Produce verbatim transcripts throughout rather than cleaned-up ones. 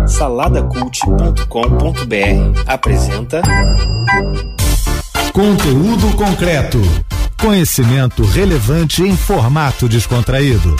salada cult ponto com ponto b r apresenta Conteúdo concreto. Conhecimento relevante em formato descontraído.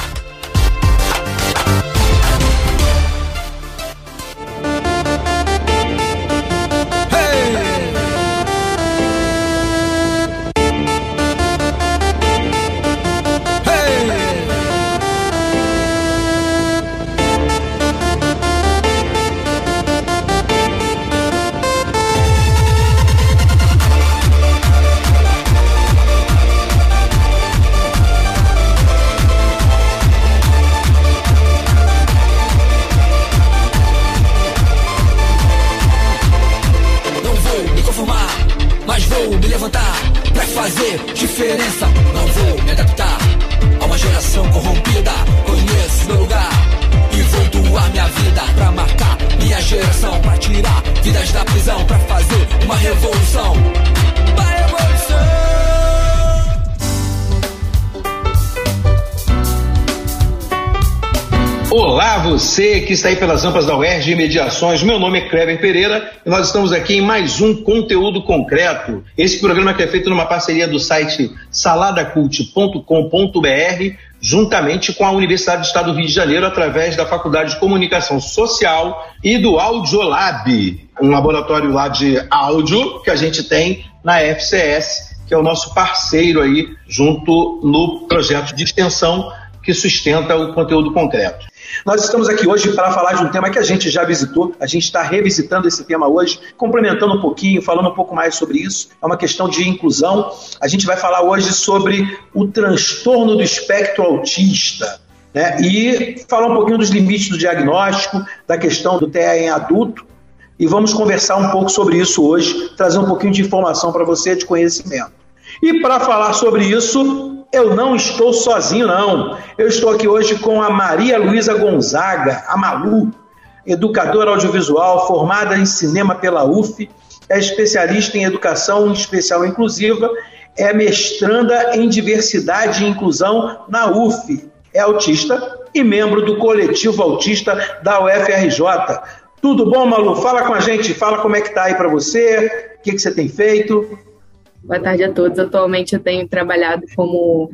Você que está aí pelas rampas da U E R J e Mediações, meu nome é Cleber Pereira e nós estamos aqui em mais um Conteúdo Concreto. Esse programa que é feito numa parceria do site salada cult ponto com ponto b r, juntamente com a Universidade do Estado do Rio de Janeiro, através da Faculdade de Comunicação Social e do Audiolab, um laboratório lá de áudio que a gente tem na F C S, que é o nosso parceiro aí, junto no projeto de extensão que sustenta o Conteúdo Concreto. Nós estamos aqui hoje para falar de um tema que a gente já visitou, a gente está revisitando esse tema hoje, complementando um pouquinho, falando um pouco mais sobre isso. É uma questão de inclusão. A gente vai falar hoje sobre o transtorno do espectro autista, né? E falar um pouquinho dos limites do diagnóstico, da questão do T E A em adulto, e vamos conversar um pouco sobre isso hoje, trazer um pouquinho de informação para você, de conhecimento. E para falar sobre isso, eu não estou sozinho, não. Eu estou aqui hoje com a Maria Luísa Gonzaga, a Malu, educadora audiovisual, formada em cinema pela U F, é especialista em educação especial inclusiva, é mestranda em diversidade e inclusão na U F, é autista e membro do coletivo autista da U F R J. Tudo bom, Malu? Fala com a gente, fala como é que tá aí para você, o que, que você tem feito. Boa tarde a todos. Atualmente eu tenho trabalhado como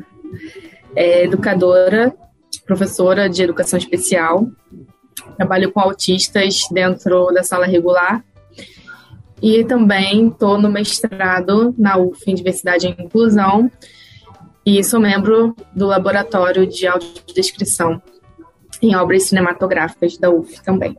é, educadora, professora de educação especial. Trabalho com autistas dentro da sala regular. E também estou no mestrado na U F em Diversidade e Inclusão. E sou membro do Laboratório de Audiodescrição em Obras Cinematográficas da U F também.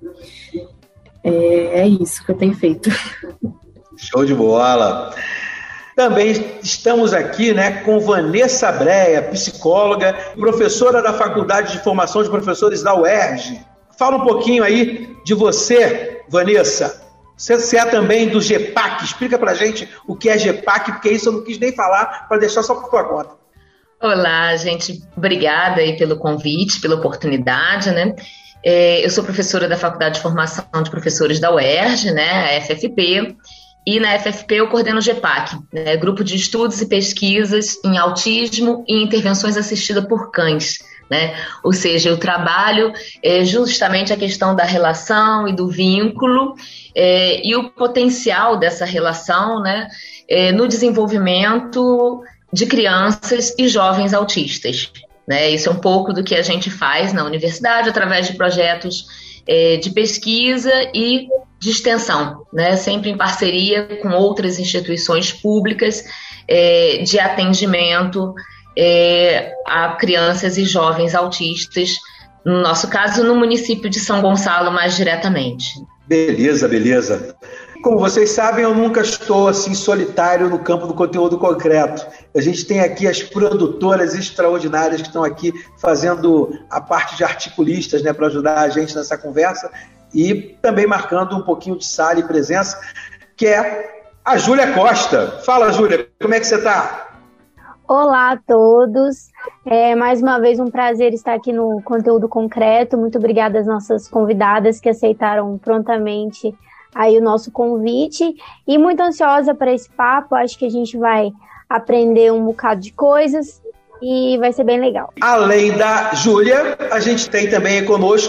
É, é isso que eu tenho feito. Show de bola! Também estamos aqui, né, com Vanessa Breia, psicóloga, professora da Faculdade de Formação de Professores da U E R J. Fala um pouquinho aí de você, Vanessa. Você é também do GEPAC. Explica pra gente o que é GEPAC, porque isso eu não quis nem falar, para deixar só por tua conta. Olá, gente. Obrigada aí pelo convite, pela oportunidade, né? É, eu sou professora da Faculdade de Formação de Professores da U E R J, né, a F F P. E na F F P eu coordeno o GEPAC, né, Grupo de Estudos e Pesquisas em Autismo e Intervenções Assistidas por Cães, né? Ou seja, eu trabalho é, justamente a questão da relação e do vínculo é, e o potencial dessa relação, né, é, no desenvolvimento de crianças e jovens autistas, né? Isso é um pouco do que a gente faz na universidade através de projetos é, de pesquisa e de extensão, né? Sempre em parceria com outras instituições públicas é, de atendimento é, a crianças e jovens autistas, no nosso caso, no município de São Gonçalo, mais diretamente. Beleza, beleza. Como vocês sabem, eu nunca estou assim solitário no campo do conteúdo concreto. A gente tem aqui as produtoras extraordinárias que estão aqui fazendo a parte de articulistas, né, para ajudar a gente nessa conversa e também marcando um pouquinho de sala e presença, que é a Júlia Costa. Fala, Júlia, como é que você está? Olá a todos. É mais uma vez um prazer estar aqui no Conteúdo Concreto. Muito obrigada às nossas convidadas que aceitaram prontamente aí o nosso convite e muito ansiosa para esse papo. Acho que a gente vai aprender um bocado de coisas e vai ser bem legal. Além da Júlia, a gente tem também conosco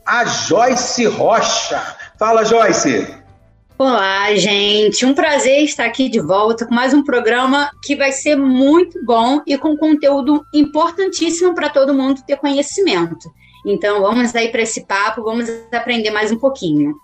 a Joyce Rocha. Fala, Joyce! Olá, gente. Um prazer estar aqui de volta com mais um programa que vai ser muito bom e com conteúdo importantíssimo para todo mundo ter conhecimento. Então, vamos aí para esse papo, vamos aprender mais um pouquinho.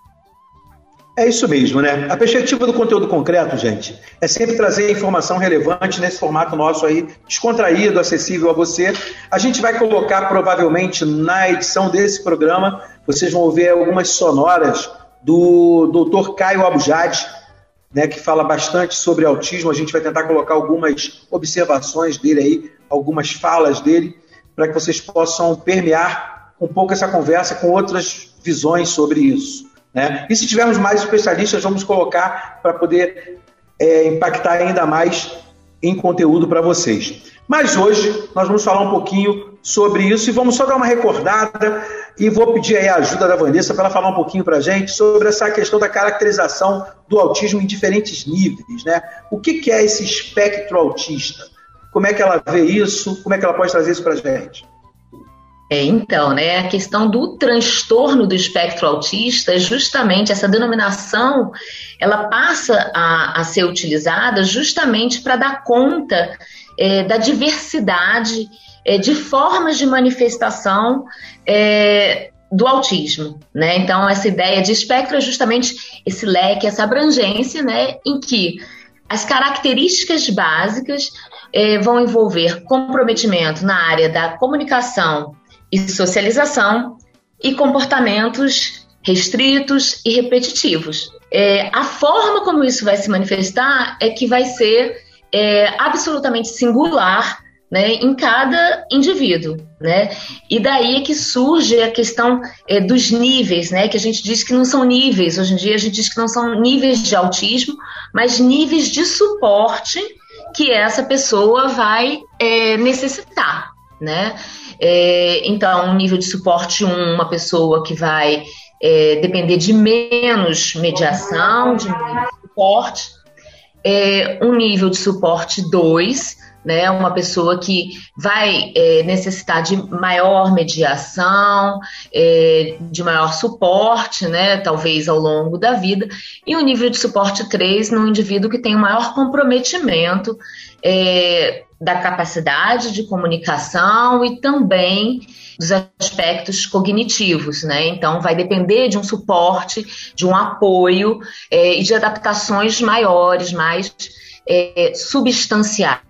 É isso mesmo, né? A perspectiva do conteúdo concreto, gente, é sempre trazer informação relevante nesse formato nosso aí, descontraído, acessível a você. A gente vai colocar, provavelmente, na edição desse programa, vocês vão ouvir algumas sonoras do doutor Caio Abujad, né, que fala bastante sobre autismo. A gente vai tentar colocar algumas observações dele aí, algumas falas dele, para que vocês possam permear um pouco essa conversa com outras visões sobre isso, né? E se tivermos mais especialistas, vamos colocar para poder é, impactar ainda mais em conteúdo para vocês. Mas hoje nós vamos falar um pouquinho sobre isso e vamos só dar uma recordada e vou pedir aí a ajuda da Vanessa para ela falar um pouquinho para a gente sobre essa questão da caracterização do autismo em diferentes níveis, né? O que, que é esse espectro autista? Como é que ela vê isso? Como é que ela pode trazer isso para a gente? É, então, né, a questão do transtorno do espectro autista, justamente essa denominação, ela passa a, a ser utilizada justamente para dar conta é, da diversidade é, de formas de manifestação é, do autismo, né? Então, essa ideia de espectro é justamente esse leque, essa abrangência, né, em que as características básicas é, vão envolver comprometimento na área da comunicação e socialização e comportamentos restritos e repetitivos. É, a forma como isso vai se manifestar é que vai ser é, absolutamente singular, né, em cada indivíduo, né? E daí é que surge a questão é, dos níveis, né, que a gente diz que não são níveis, hoje em dia a gente diz que não são níveis de autismo, mas níveis de suporte que essa pessoa vai é, necessitar, né? É, então, um nível de suporte um, uma pessoa que vai é, depender de menos mediação, de menos suporte. É, um nível de suporte dois, né, uma pessoa que vai é, necessitar de maior mediação, é, de maior suporte, né, talvez ao longo da vida. E o nível de suporte três, num indivíduo que tem um maior comprometimento é, da capacidade de comunicação e também dos aspectos cognitivos, né? Então, vai depender de um suporte, de um apoio é, e de adaptações maiores, mais é, substanciais,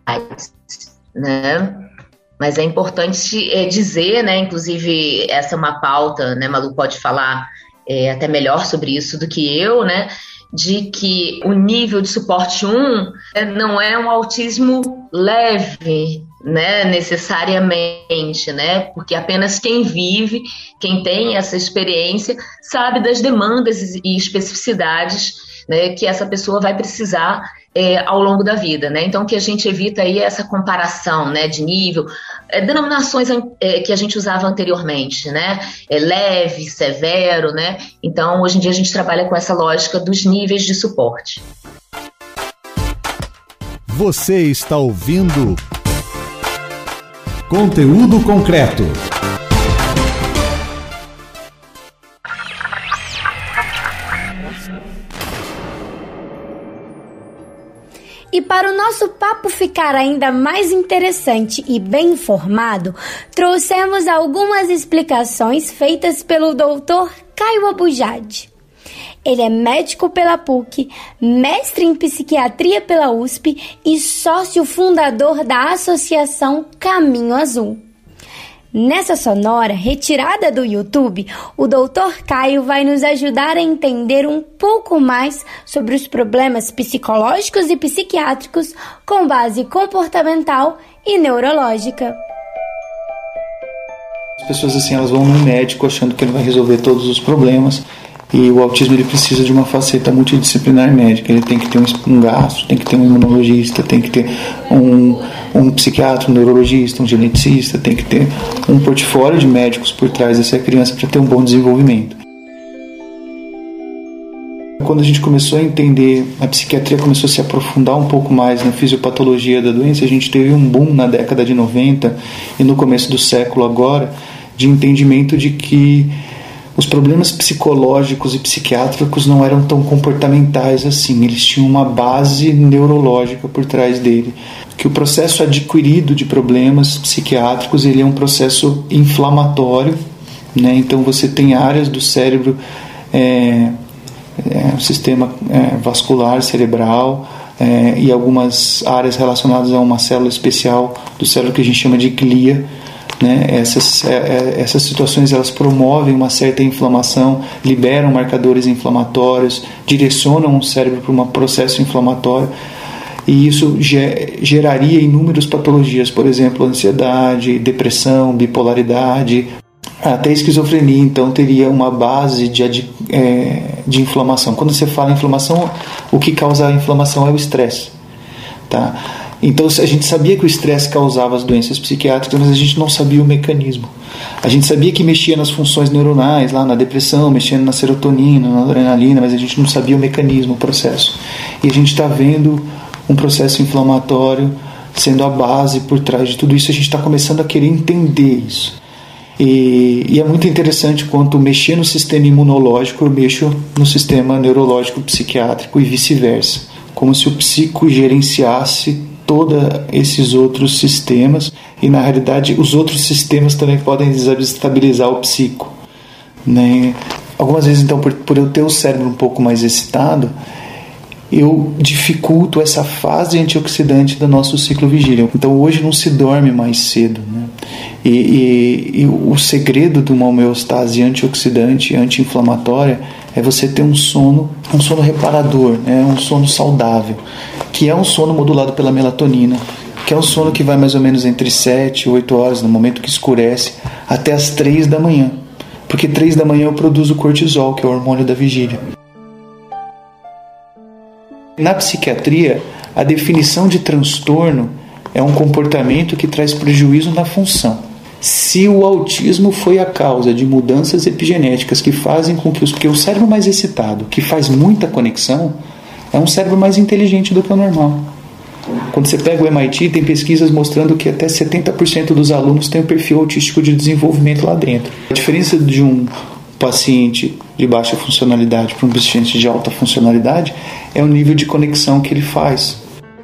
né? Mas é importante é, dizer, né? Inclusive, essa é uma pauta, né? Malu pode falar é, até melhor sobre isso do que eu, né? De que o nível de suporte um não é um autismo leve, né, necessariamente, né, porque apenas quem vive, quem tem essa experiência, sabe das demandas e especificidades, né, que essa pessoa vai precisar é, ao longo da vida, né? Então, que a gente evita aí essa comparação, né, de nível, é, denominações é, que a gente usava anteriormente, né, é, leve, severo, né? Então, hoje em dia a gente trabalha com essa lógica dos níveis de suporte. Você está ouvindo Conteúdo Concreto. E para o nosso papo ficar ainda mais interessante e bem informado, trouxemos algumas explicações feitas pelo doutor Caio Abujad. Ele é médico pela P U C, mestre em psiquiatria pela U S P e sócio fundador da Associação Caminho Azul. Nessa sonora, retirada do YouTube, o doutor Caio vai nos ajudar a entender um pouco mais sobre os problemas psicológicos e psiquiátricos com base comportamental e neurológica. As pessoas assim, elas vão no médico achando que ele vai resolver todos os problemas. E o autismo ele precisa de uma faceta multidisciplinar médica. Ele tem que ter um, um gastro, tem que ter um imunologista, tem que ter um, um psiquiatra, um neurologista, um geneticista, tem que ter um portfólio de médicos por trás dessa criança para ter um bom desenvolvimento. Quando a gente começou a entender, a psiquiatria começou a se aprofundar um pouco mais na fisiopatologia da doença, a gente teve um boom na década de noventa e no começo do século agora, de entendimento de que os problemas psicológicos e psiquiátricos não eram tão comportamentais assim, eles tinham uma base neurológica por trás dele, que o processo adquirido de problemas psiquiátricos ele é um processo inflamatório, né? Então você tem áreas do cérebro, é, é, o sistema é, vascular cerebral, é, e algumas áreas relacionadas a uma célula especial do cérebro que a gente chama de glia, né? Essas, essas situações elas promovem uma certa inflamação, liberam marcadores inflamatórios, direcionam o cérebro para um processo inflamatório, e isso geraria inúmeras patologias, por exemplo, ansiedade, depressão, bipolaridade, até esquizofrenia. Então teria uma base de, é, de inflamação. Quando você fala em inflamação, o que causa a inflamação é o estresse, tá? Então a gente sabia que o estresse causava as doenças psiquiátricas, mas a gente não sabia o mecanismo. A gente sabia que mexia nas funções neuronais, lá na depressão, mexendo na serotonina, na adrenalina, mas a gente não sabia o mecanismo, o processo. E a gente está vendo um processo inflamatório sendo a base por trás de tudo isso. A gente está começando a querer entender isso. E, e é muito interessante quanto mexer no sistema imunológico, eu mexo no sistema neurológico psiquiátrico e vice-versa. Como se o psico gerenciasse todos esses outros sistemas, e na realidade os outros sistemas também podem desestabilizar o psico, né? Algumas vezes, então, por, por eu ter o cérebro um pouco mais excitado, eu dificulto essa fase antioxidante do nosso ciclo vigília. Então hoje não se dorme mais cedo, né? E, e, e o segredo de uma homeostase antioxidante, anti-inflamatória, é você ter um sono, um sono reparador, né? Um sono saudável, que é um sono modulado pela melatonina, que é um sono que vai mais ou menos entre sete e oito horas, no momento que escurece, até as três da manhã. Porque três da manhã eu produzo cortisol, que é o hormônio da vigília. Na psiquiatria, a definição de transtorno é um comportamento que traz prejuízo na função. Se o autismo foi a causa de mudanças epigenéticas que fazem com que os... Porque o cérebro mais excitado, que faz muita conexão, é um cérebro mais inteligente do que o normal. Quando você pega o M I T, tem pesquisas mostrando que até setenta por cento dos alunos têm um perfil autístico de desenvolvimento lá dentro. A diferença de um paciente de baixa funcionalidade para um paciente de alta funcionalidade é o nível de conexão que ele faz.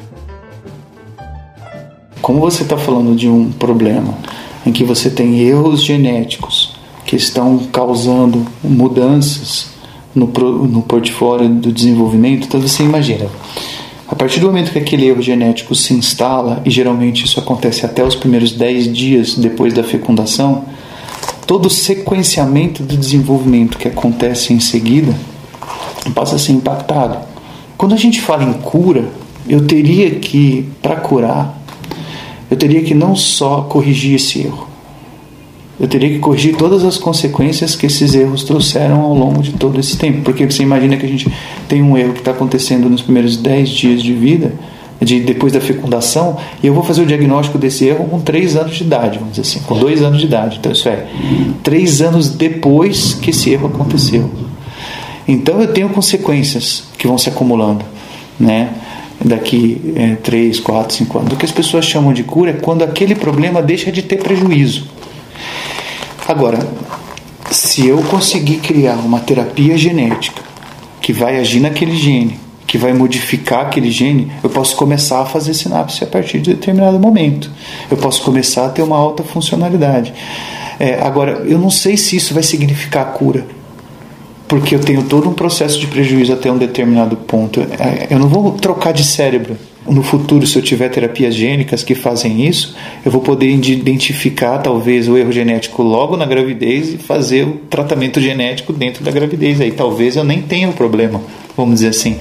Como você está falando de um problema em que você tem erros genéticos que estão causando mudanças no, no portfólio do desenvolvimento, então você imagina, a partir do momento que aquele erro genético se instala, e geralmente isso acontece até os primeiros dez dias depois da fecundação, todo o sequenciamento do desenvolvimento que acontece em seguida passa a ser impactado. Quando a gente fala em cura, eu teria que, para curar, eu teria que não só corrigir esse erro, eu teria que corrigir todas as consequências que esses erros trouxeram ao longo de todo esse tempo. Porque você imagina que a gente tem um erro que está acontecendo nos primeiros dez dias de vida, de, depois da fecundação, e eu vou fazer o diagnóstico desse erro com três anos de idade, vamos dizer assim, com dois anos de idade. Então isso é três anos depois que esse erro aconteceu. Então eu tenho consequências que vão se acumulando, né? Daqui é, três, quatro, cinco anos. O que as pessoas chamam de cura é quando aquele problema deixa de ter prejuízo. Agora, se eu conseguir criar uma terapia genética que vai agir naquele gene, que vai modificar aquele gene, eu posso começar a fazer sinapse a partir de determinado momento. Eu posso começar a ter uma alta funcionalidade. É, agora, eu não sei se isso vai significar cura, porque eu tenho todo um processo de prejuízo até um determinado ponto. Eu não vou trocar de cérebro. No futuro, se eu tiver terapias gênicas que fazem isso, eu vou poder identificar talvez o erro genético logo na gravidez e fazer o tratamento genético dentro da gravidez. Aí talvez eu nem tenha o problema, vamos dizer assim.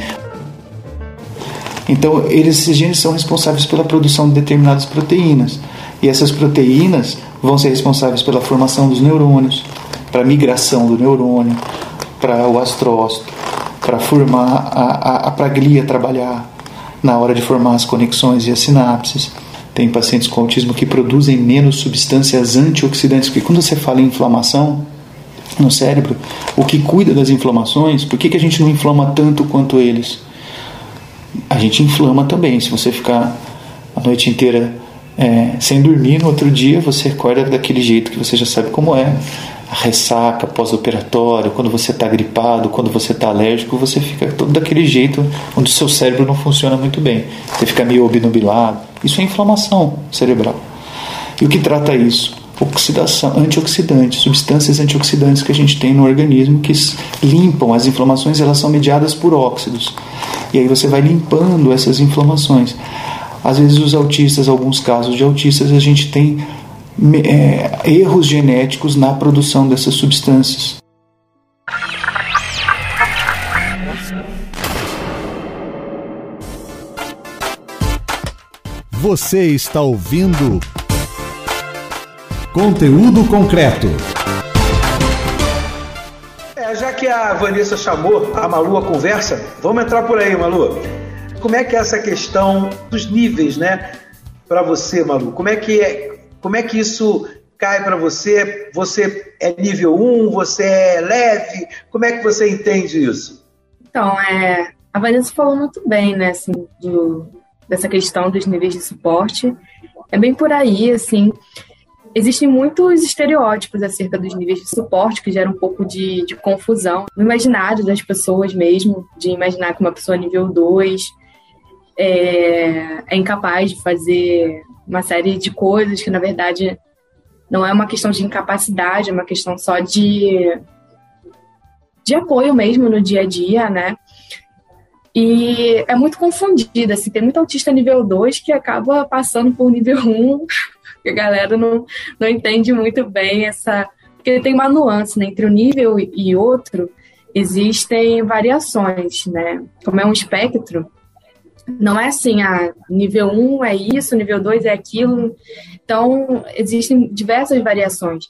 Então, eles, esses genes são responsáveis pela produção de determinadas proteínas. E essas proteínas vão ser responsáveis pela formação dos neurônios, para a migração do neurônio, para o astrócito, para formar a, a, a pra glia trabalhar na hora de formar as conexões e as sinapses. Tem pacientes com autismo que produzem menos substâncias antioxidantes, porque quando você fala em inflamação no cérebro, o que cuida das inflamações, por que, que a gente não inflama tanto quanto eles? A gente inflama também. Se você ficar a noite inteira é, sem dormir, no outro dia você acorda daquele jeito que você já sabe como é. ressaca pós-operatório, quando você está gripado, quando você está alérgico, você fica todo daquele jeito onde o seu cérebro não funciona muito bem. Você fica meio obnubilado. Isso é inflamação cerebral. E o que trata isso? Oxidação, antioxidantes, substâncias antioxidantes que a gente tem no organismo que limpam as inflamações. Elas são mediadas por óxidos. E aí você vai limpando essas inflamações. Às vezes os autistas, alguns casos de autistas, a gente tem é, erros genéticos na produção dessas substâncias. Você está ouvindo Conteúdo Concreto. É, já que a Vanessa chamou a Malu a conversa, vamos entrar por aí, Malu. Como é que é essa questão dos níveis, né? Para você, Malu, como é que é, como é que isso cai para você? Você é nível um, você é leve? Como é que você entende isso? Então, é, a Vanessa falou muito bem, né, assim, do, dessa questão dos níveis de suporte. É bem por aí, assim. Existem muitos estereótipos acerca dos níveis de suporte que geram um pouco de, de confusão no imaginário das pessoas mesmo, de imaginar que uma pessoa nível dois é, é incapaz de fazer uma série de coisas que, na verdade, não é uma questão de incapacidade, é uma questão só de, de apoio mesmo no dia a dia, né? E é muito confundida, assim, tem muito autista nível dois que acaba passando por nível um, que a galera não, não entende muito bem essa... Porque tem uma nuance, né? Entre um nível e outro, existem variações, né? Como é um espectro, não é assim, ah, nível um é isso, nível dois é aquilo. Então, existem diversas variações.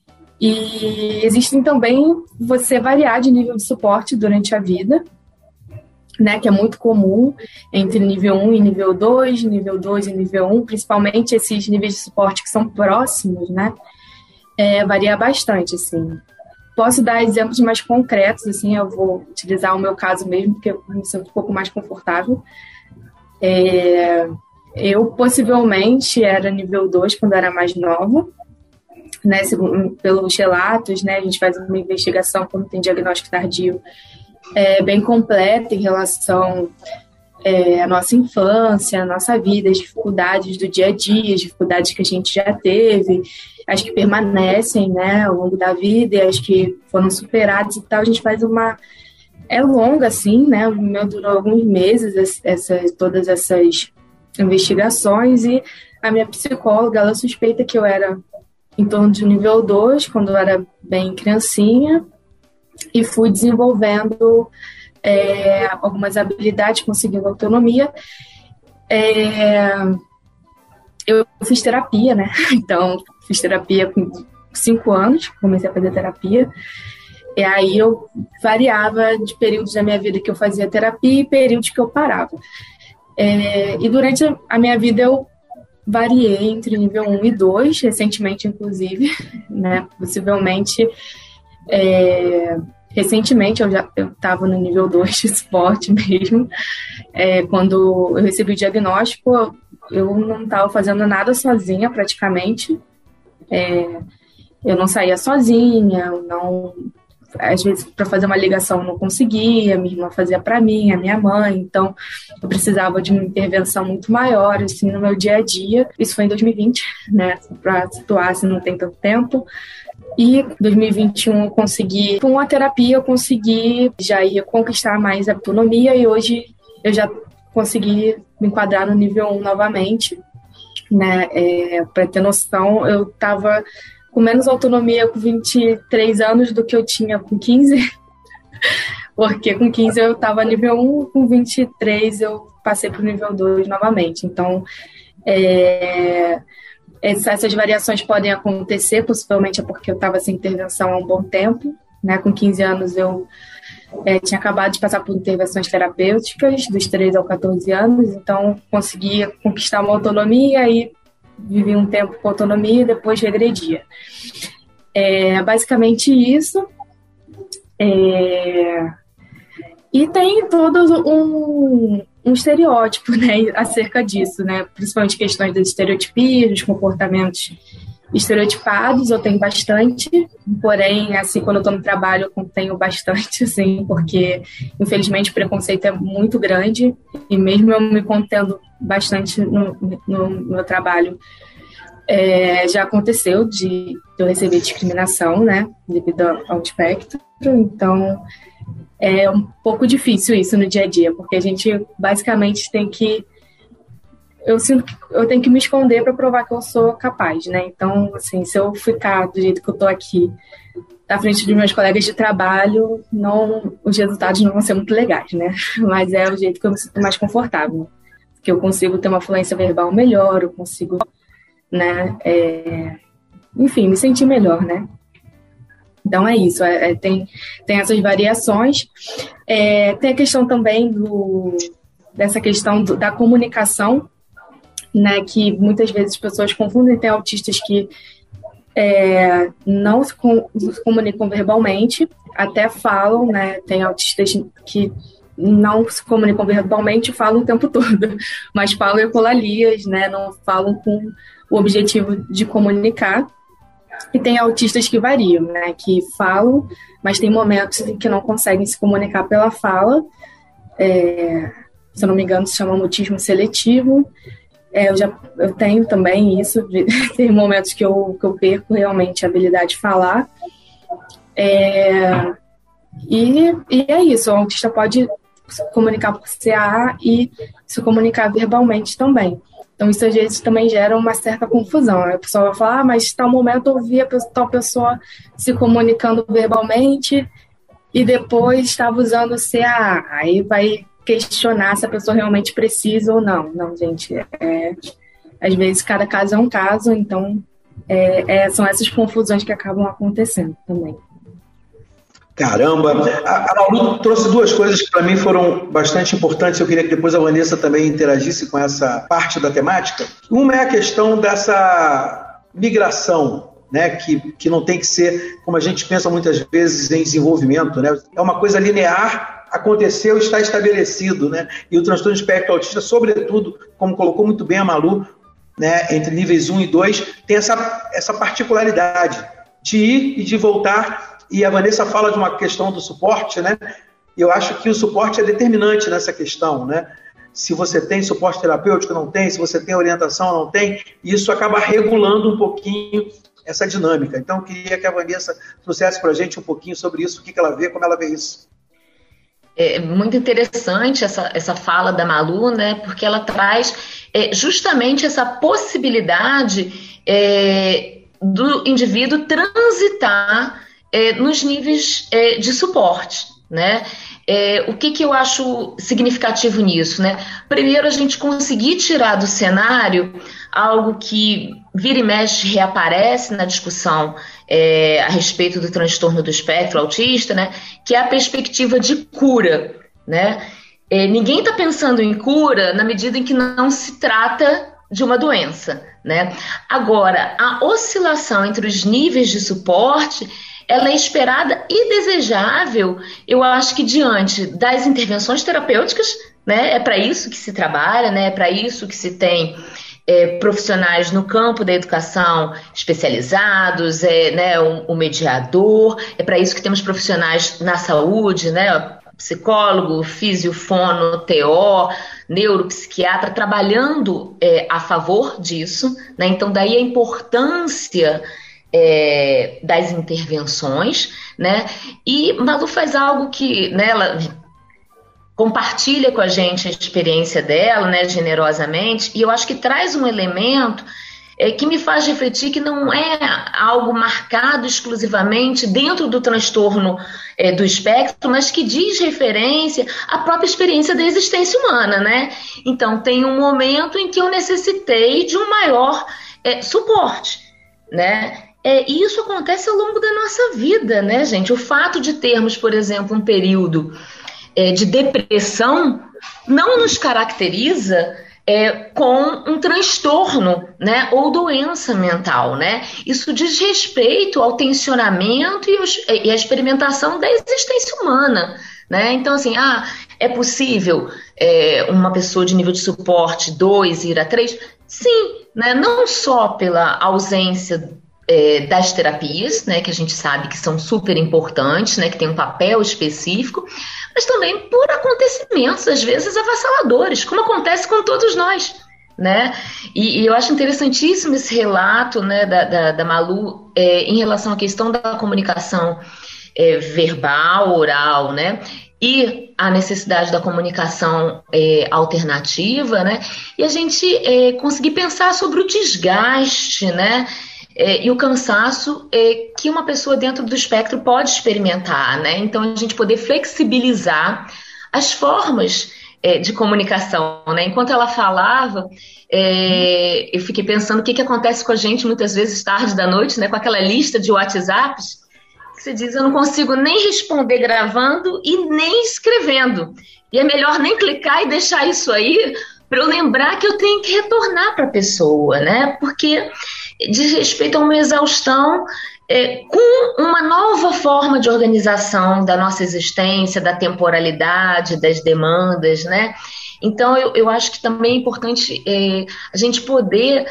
E existem também você variar de nível de suporte durante a vida, né, que é muito comum entre nível um e nível dois, nível dois e nível um, principalmente esses níveis de suporte que são próximos, né, é, varia bastante, assim. Posso dar exemplos mais concretos, assim, eu vou utilizar o meu caso mesmo, porque eu me sinto um pouco mais confortável. É, eu possivelmente era nível dois quando era mais nova, né, segundo, pelos relatos, né, a gente faz uma investigação quando tem diagnóstico tardio, É, bem completa em relação é, à nossa infância, à nossa vida, as dificuldades do dia a dia, as dificuldades que a gente já teve, as que permanecem, né, ao longo da vida e as que foram superadas e tal. A gente faz uma... É longa, assim, né? O meu durou alguns meses, essas, todas essas investigações, e a minha psicóloga, ela suspeita que eu era em torno de nível dois, quando eu era bem criancinha, e fui desenvolvendo é, algumas habilidades, conseguindo autonomia. É, eu fiz terapia, né? Então, fiz terapia com cinco anos, comecei a fazer terapia. E aí eu variava de períodos da minha vida que eu fazia terapia e períodos que eu parava. É, e durante a minha vida eu variei entre nível um e dois, recentemente, inclusive, né? Possivelmente... É, recentemente eu já estava no nível dois de suporte mesmo. É, quando eu recebi o diagnóstico, eu não estava fazendo nada sozinha praticamente. É, eu não saía sozinha, não, às vezes para fazer uma ligação eu não conseguia, minha irmã fazia para mim, a minha mãe, então eu precisava de uma intervenção muito maior assim, no meu dia a dia. Isso foi em dois mil e vinte, né, para situar se não tem tanto tempo. E em dois mil e vinte e um eu consegui, com a terapia, eu consegui já ir conquistar mais a autonomia e hoje eu já consegui me enquadrar no nível um novamente, né? É, para ter noção, eu estava com menos autonomia com vinte e três anos do que eu tinha com quinze, porque com quinze eu estava nível um, com vinte e três eu passei para o nível dois novamente. Então, é... essas variações podem acontecer, possivelmente é porque eu estava sem intervenção há um bom tempo, né? Com quinze anos eu é, tinha acabado de passar por intervenções terapêuticas, dos treze aos quatorze anos, então conseguia conquistar uma autonomia e vivi um tempo com autonomia e depois regredia. É basicamente isso. É... E tem todo um... um estereótipo, né, acerca disso, né, principalmente questões das estereotipias, dos comportamentos estereotipados, eu tenho bastante, porém, assim, quando eu estou no trabalho, eu tenho bastante, assim, porque, infelizmente, o preconceito é muito grande, e mesmo eu me contendo bastante no, no, no meu trabalho, é, já aconteceu de, de eu receber discriminação, né, devido ao espectro, então é um pouco difícil isso no dia a dia, porque a gente basicamente tem que eu sinto que eu tenho que me esconder para provar que eu sou capaz, né? Então, assim, se eu ficar do jeito que eu tô aqui, à frente dos meus colegas de trabalho, não, os resultados não vão ser muito legais, né? Mas é o jeito que eu me sinto mais confortável, que eu consigo ter uma fluência verbal melhor, eu consigo, né? É, enfim, me sentir melhor, né? Então é isso, é, é, tem, tem essas variações. É, tem a questão também do, dessa questão do, da comunicação, né, que muitas vezes as pessoas confundem. Tem autistas que é, não se, com, se comunicam verbalmente, até falam, né, tem autistas que não se comunicam verbalmente e falam o tempo todo, mas falam ecolalias, né, não falam com o objetivo de comunicar. E tem autistas que variam, né, que falam, mas tem momentos em que não conseguem se comunicar pela fala, é, se eu não me engano se chama mutismo seletivo. É, eu, já, eu tenho também isso, de, tem momentos que eu, que eu perco realmente a habilidade de falar. É, e, e é isso, o autista pode se comunicar por C A A e se comunicar verbalmente também. Então isso às vezes também gera uma certa confusão. A pessoa vai falar, ah, mas tal momento eu vi a tal pessoa se comunicando verbalmente e depois estava usando o C A A. Aí vai questionar se a pessoa realmente precisa ou não. Não, gente, é, às vezes cada caso é um caso, então é, é, são essas confusões que acabam acontecendo também. Caramba! A, a Malu trouxe duas coisas que para mim foram bastante importantes. Eu queria que depois a Vanessa também interagisse com essa parte da temática. Uma é a questão dessa migração, né, que, que não tem que ser, como a gente pensa muitas vezes, em desenvolvimento, né? É uma coisa linear, aconteceu, está estabelecido, né? E o transtorno de espectro autista, sobretudo, como colocou muito bem a Malu, né, entre níveis um e dois, tem essa, essa particularidade de ir e de voltar. E a Vanessa fala de uma questão do suporte, né? E eu acho que o suporte é determinante nessa questão, né? Se você tem suporte terapêutico, não tem, se você tem orientação, não tem, isso acaba regulando um pouquinho essa dinâmica. Então, eu queria que a Vanessa trouxesse para a gente um pouquinho sobre isso, o que ela vê, como ela vê isso. É muito interessante essa, essa fala da Malu, né? Porque ela traz é, justamente essa possibilidade é, do indivíduo transitar é, nos níveis é, de suporte, né? É, o que, que eu acho significativo nisso, né? Primeiro, a gente conseguir tirar do cenário algo que vira e mexe reaparece na discussão é, a respeito do transtorno do espectro autista, né? Que é a perspectiva de cura, né? É, ninguém está pensando em cura na medida em que não se trata de uma doença, né? Agora, a oscilação entre os níveis de suporte, ela é esperada e desejável, eu acho que diante das intervenções terapêuticas, né? É para isso que se trabalha, né? É para isso que se tem é, profissionais no campo da educação especializados, é, né? o, o mediador, é para isso que temos profissionais na saúde, né? Psicólogo, fisiofono, T O, neuropsiquiatra, trabalhando é, a favor disso, né? Então daí a importância É, das intervenções, né? E Malu faz algo que, né, ela compartilha com a gente a experiência dela, né, generosamente, e eu acho que traz um elemento é, que me faz refletir que não é algo marcado exclusivamente dentro do transtorno é, do espectro, mas que diz referência à própria experiência da existência humana, né? Então, tem um momento em que eu necessitei de um maior é, suporte, né? É, e isso acontece ao longo da nossa vida, né, gente? O fato de termos, por exemplo, um período é, de depressão não nos caracteriza é, com um transtorno, né, ou doença mental, né? Isso diz respeito ao tensionamento e, os, e a experimentação da existência humana, né? Então, assim, ah, é possível é, uma pessoa de nível de suporte dois ir a três? Sim, né? Não só pela ausência é, das terapias, né, que a gente sabe que são super importantes, né, que tem um papel específico, mas também por acontecimentos, às vezes, avassaladores, como acontece com todos nós, né? E, e eu acho interessantíssimo esse relato, né, da, da, da Malu é, em relação à questão da comunicação é, verbal, oral, né? E a necessidade da comunicação é, alternativa, né? E a gente é, conseguir pensar sobre o desgaste, né? É, e o cansaço é, que uma pessoa dentro do espectro pode experimentar, né? Então, a gente poder flexibilizar as formas é, de comunicação, né? Enquanto ela falava, é, eu fiquei pensando o que, que acontece com a gente muitas vezes tarde da noite, né? Com aquela lista de WhatsApps, que você diz, eu não consigo nem responder gravando e nem escrevendo. E é melhor nem clicar e deixar isso aí para eu lembrar que eu tenho que retornar para a pessoa, né? Porque diz respeito a uma exaustão é, com uma nova forma de organização da nossa existência, da temporalidade, das demandas, né? Então, eu, eu acho que também é importante é, a gente poder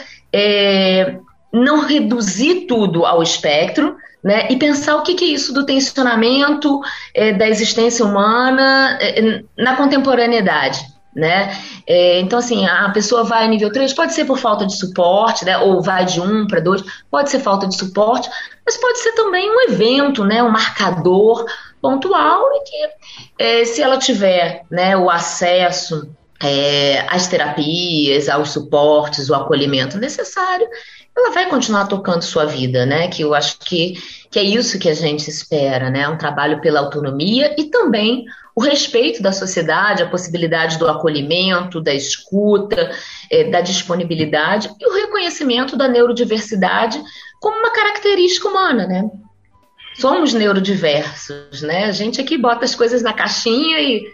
é, não reduzir tudo ao espectro, né? E pensar o que, que é isso do tensionamento é, da existência humana é, na contemporaneidade. Né? É, então, assim, a pessoa vai a nível três, pode ser por falta de suporte, né? Ou vai de um para dois, pode ser falta de suporte, mas pode ser também um evento, né? Um marcador pontual e que, é, se ela tiver, né, o acesso é, às terapias, aos suportes, o acolhimento necessário, ela vai continuar tocando sua vida, né? Que eu acho que, que é isso que a gente espera, né? Um trabalho pela autonomia e também o respeito da sociedade, a possibilidade do acolhimento, da escuta, é, da disponibilidade e o reconhecimento da neurodiversidade como uma característica humana, né? Somos neurodiversos, né? A gente aqui bota as coisas na caixinha e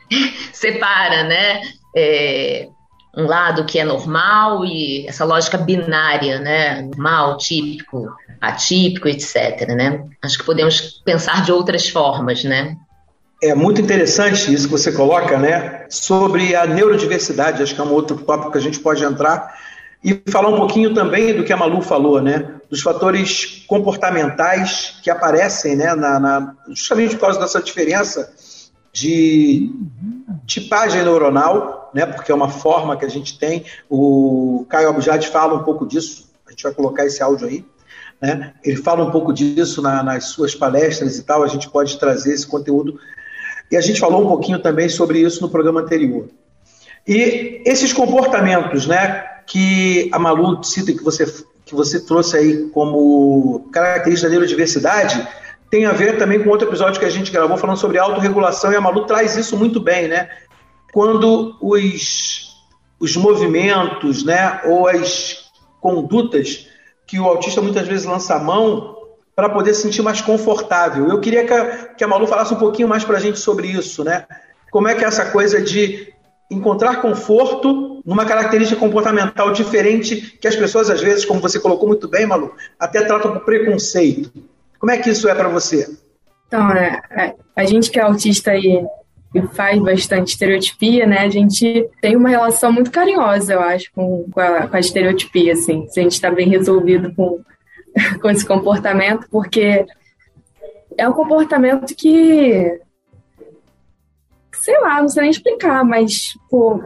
separa, né? É, um lado que é normal e essa lógica binária, né? Normal, típico, atípico, etcétera, né? Acho que podemos pensar de outras formas, né? É muito interessante isso que você coloca, né, sobre a neurodiversidade, acho que é um outro tópico que a gente pode entrar, e falar um pouquinho também do que a Malu falou, né, dos fatores comportamentais que aparecem, né, na, na, justamente por causa dessa diferença de tipagem neuronal, né, porque é uma forma que a gente tem, o Caio Abujad fala um pouco disso, a gente vai colocar esse áudio aí, né, ele fala um pouco disso na, nas suas palestras e tal, a gente pode trazer esse conteúdo. E a gente falou um pouquinho também sobre isso no programa anterior. E esses comportamentos, né, que a Malu cita, que você, que você trouxe aí como característica da neurodiversidade, tem a ver também com outro episódio que a gente gravou falando sobre autorregulação, e a Malu traz isso muito bem, né? Quando os, os movimentos, né, ou as condutas que o autista muitas vezes lança a mão para poder se sentir mais confortável. Eu queria que a, que a Malu falasse um pouquinho mais para a gente sobre isso, né? Como é que é essa coisa de encontrar conforto numa característica comportamental diferente que as pessoas, às vezes, como você colocou muito bem, Malu, até tratam por preconceito. Como é que isso é para você? Então, é, a gente que é autista e, e faz bastante estereotipia, né? A gente tem uma relação muito carinhosa, eu acho, com, com, a, com a estereotipia, assim. Se a gente está bem resolvido com com esse comportamento, porque é um comportamento que, sei lá, não sei nem explicar, mas, pô,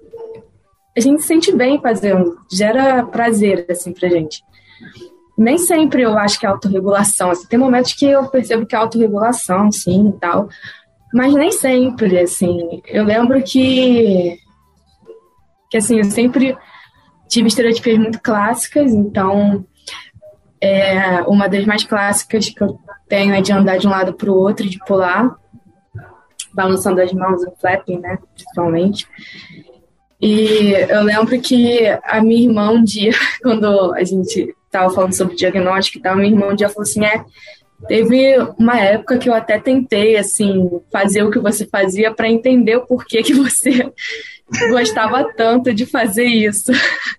a gente se sente bem fazendo, gera prazer, assim, pra gente. Nem sempre eu acho que é autorregulação, assim, tem momentos que eu percebo que é autorregulação, sim, e tal, mas nem sempre, assim. Eu lembro que, que assim, eu sempre tive estereotipias muito clássicas, então é, uma das mais clássicas que eu tenho é de andar de um lado para o outro, de pular, balançando as mãos, o flapping, né, principalmente. E eu lembro que a minha irmã um dia, quando a gente estava falando sobre diagnóstico e tal, minha irmã um dia falou assim, é, teve uma época que eu até tentei, assim, fazer o que você fazia para entender o porquê que você gostava tanto de fazer isso.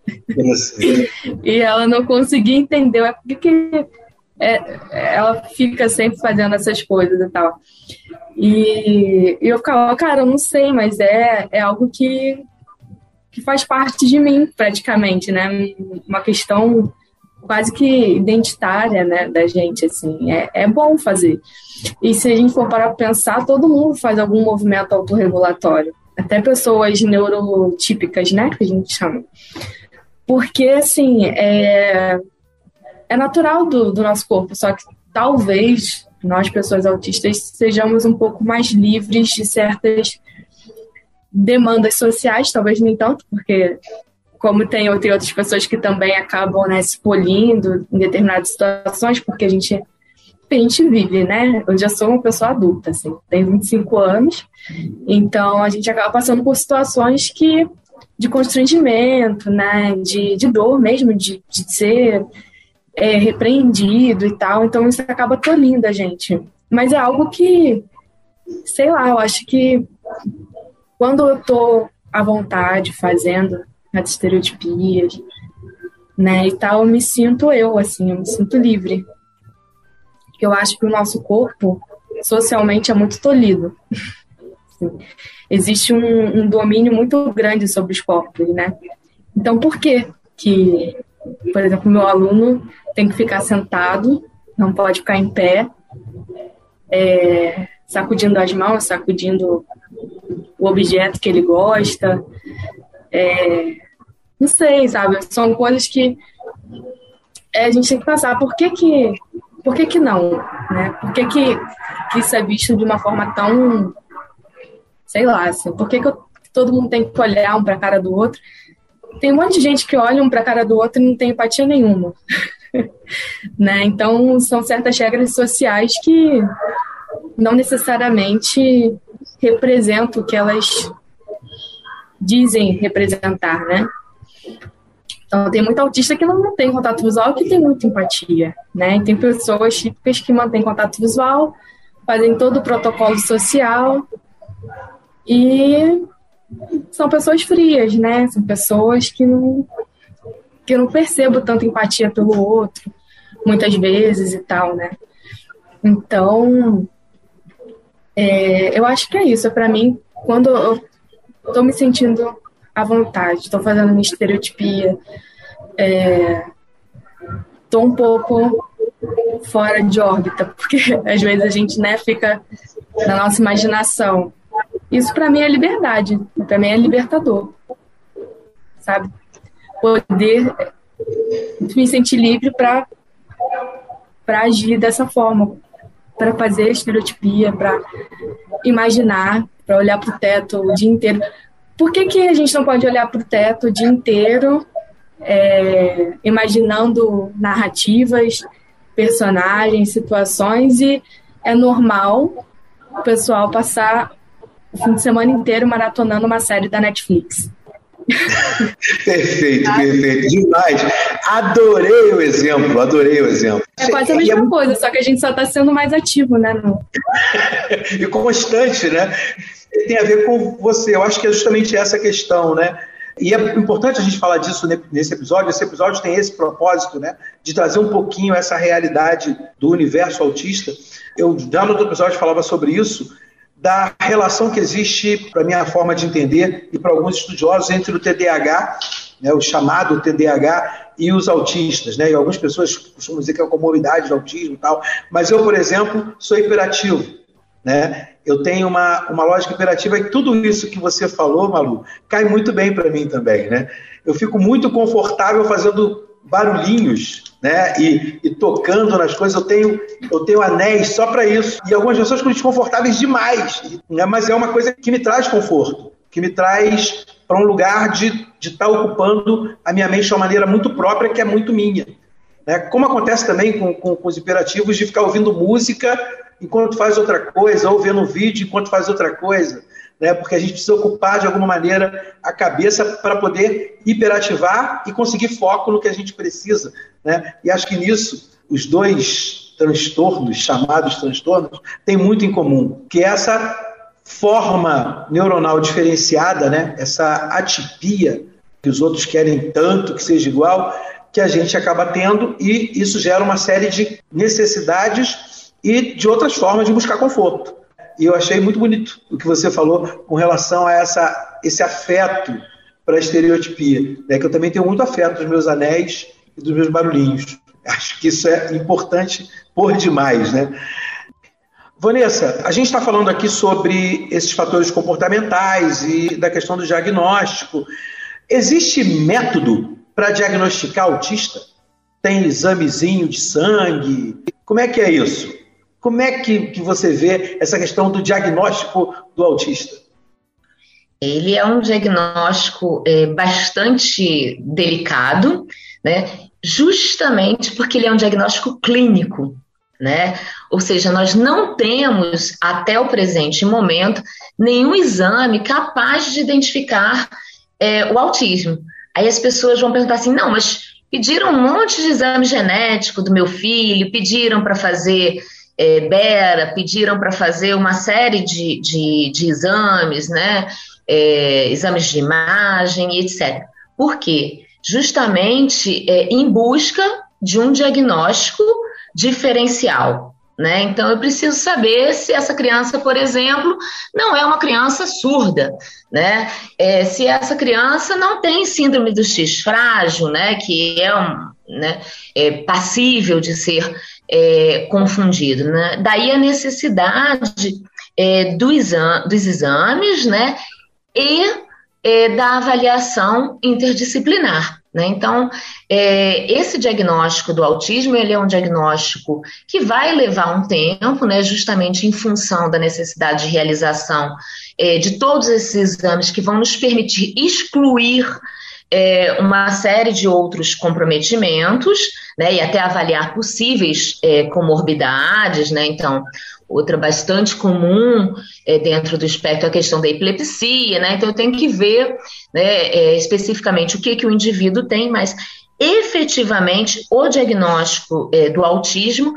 E ela não conseguia entender, é porque é, ela fica sempre fazendo essas coisas e tal. E, e eu ficava, cara, eu não sei, mas é, é algo que, que faz parte de mim, praticamente, né? Uma questão quase que identitária, né, da gente, assim, é, é bom fazer. E se a gente for parar para pensar, todo mundo faz algum movimento autorregulatório, até pessoas neurotípicas, né, que a gente chama. Porque, assim, é, é natural do, do nosso corpo, só que talvez nós, pessoas autistas, sejamos um pouco mais livres de certas demandas sociais, talvez nem tanto, porque como tem, tem outras pessoas que também acabam, né, se polindo em determinadas situações, porque a gente, a gente vive, né? Eu já sou uma pessoa adulta, assim, tenho vinte e cinco anos, então a gente acaba passando por situações que, de constrangimento, né, de, de dor mesmo, de, de ser é, repreendido e tal, então isso acaba tolindo a gente. Mas é algo que, sei lá, eu acho que quando eu tô à vontade fazendo as estereotipias, né, e tal, eu me sinto eu, assim, eu me sinto livre. Eu acho que o nosso corpo, socialmente, é muito tolhido. Assim, existe um, um domínio muito grande sobre os corpos, né? Então, por que que, por exemplo, o meu aluno tem que ficar sentado, não pode ficar em pé, é, sacudindo as mãos, sacudindo o objeto que ele gosta, é, não sei, sabe? São coisas que é, a gente tem que pensar, por que que, por que, que não? Né? Por que, que, que isso é visto de uma forma tão, sei lá, assim, por que, que eu, todo mundo tem que olhar um para a cara do outro? Tem um monte de gente que olha um para a cara do outro e não tem empatia nenhuma. Né? Então, são certas regras sociais que não necessariamente representam o que elas dizem representar, né? Então, tem muito autista que não tem contato visual, que tem muita empatia, né? E tem pessoas típicas que mantêm contato visual, fazem todo o protocolo social e são pessoas frias, né? São pessoas que não, que não percebem tanta empatia pelo outro, muitas vezes e tal, né? Então, é, eu acho que é isso. Para mim, quando eu estou me sentindo à vontade, estou fazendo minha estereotipia, estou é, um pouco fora de órbita, porque às vezes a gente, né, fica na nossa imaginação. Isso para mim é liberdade, para mim é libertador, sabe? Poder me sentir livre para para agir dessa forma, para fazer estereotipia, para imaginar, para olhar para o teto o dia inteiro. Por que que a gente não pode olhar para o teto o dia inteiro, é, imaginando narrativas, personagens, situações, e é normal o pessoal passar o fim de semana inteiro maratonando uma série da Netflix? Perfeito, perfeito, demais. Adorei o exemplo, adorei o exemplo. É quase a mesma é... coisa, só que a gente só está sendo mais ativo, né? E constante, né? Tem a ver com você. Eu acho que é justamente essa questão, né? E é importante a gente falar disso nesse episódio. Esse episódio tem esse propósito, né? De trazer um pouquinho essa realidade do universo autista. Eu já no outro episódio falava sobre isso, da relação que existe, para a minha forma de entender, e para alguns estudiosos, entre o T D A H, né, o chamado T D A H, e os autistas, né? E algumas pessoas costumam dizer que é uma comorbidade do autismo e tal, mas eu, por exemplo, sou hiperativo, né? Eu tenho uma, uma lógica imperativa, e tudo isso que você falou, Malu, cai muito bem para mim também, né? Eu fico muito confortável fazendo barulhinhos, né? E, e tocando nas coisas. Eu tenho, eu tenho anéis só para isso. E algumas pessoas ficam desconfortáveis demais, né? Mas é uma coisa que me traz conforto, que me traz para um lugar de estar tá ocupando a minha mente de uma maneira muito própria, que é muito minha, né? Como acontece também com, com, com os hiperativos, de ficar ouvindo música enquanto faz outra coisa, ou vendo vídeo enquanto faz outra coisa, né? Porque a gente precisa ocupar de alguma maneira a cabeça para poder hiperativar e conseguir foco no que a gente precisa, né? E acho que nisso os dois transtornos, chamados transtornos, têm muito em comum, que é essa forma neuronal diferenciada, né? Essa atipia que os outros querem tanto que seja igual, que a gente acaba tendo, e isso gera uma série de necessidades e de outras formas de buscar conforto. E eu achei muito bonito o que você falou com relação a essa, esse afeto para a estereotipia, né? Que eu também tenho muito afeto dos meus anéis e dos meus barulhinhos. Acho que isso é importante por demais, né? Vanessa, a gente está falando aqui sobre esses fatores comportamentais e da questão do diagnóstico. Existe método para diagnosticar autista? Tem examezinho de sangue? Como é que é isso? Como é que, que você vê essa questão do diagnóstico do autista? Ele é um diagnóstico é, bastante delicado, né? Justamente porque ele é um diagnóstico clínico, né? Ou seja, nós não temos, até o presente momento, nenhum exame capaz de identificar é, o autismo. Aí as pessoas vão perguntar assim, não, mas pediram um monte de exame genético do meu filho, pediram para fazer é, Bera, pediram para fazer uma série de, de, de exames, né? É, exames de imagem, etcétera. Por quê? Justamente é, em busca de um diagnóstico diferencial, né? Então eu preciso saber se essa criança, por exemplo, não é uma criança surda, né? É, se essa criança não tem síndrome do X frágil, né? Que é, um, né? é passível de ser é, confundido, né? Daí a necessidade é, do exame, dos exames, né? E é, da avaliação interdisciplinar. Né? Então, é, esse diagnóstico do autismo, ele é um diagnóstico que vai levar um tempo, né, justamente em função da necessidade de realização é, de todos esses exames que vão nos permitir excluir é, uma série de outros comprometimentos, né, e até avaliar possíveis é, comorbidades, né? Então, outra bastante comum é, dentro do espectro é a questão da epilepsia, né? Então eu tenho que ver, né, é, especificamente o que, que o indivíduo tem, mas efetivamente o diagnóstico é, do autismo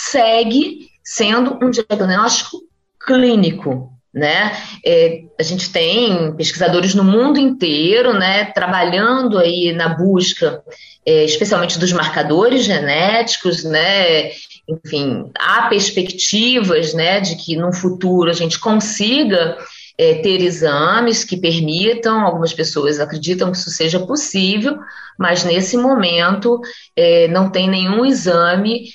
segue sendo um diagnóstico clínico, né? É, a gente tem pesquisadores no mundo inteiro, né, trabalhando aí na busca, é, especialmente dos marcadores genéticos, né? Enfim, há perspectivas, né, de que no futuro a gente consiga é, ter exames que permitam, algumas pessoas acreditam que isso seja possível, mas nesse momento é, não tem nenhum exame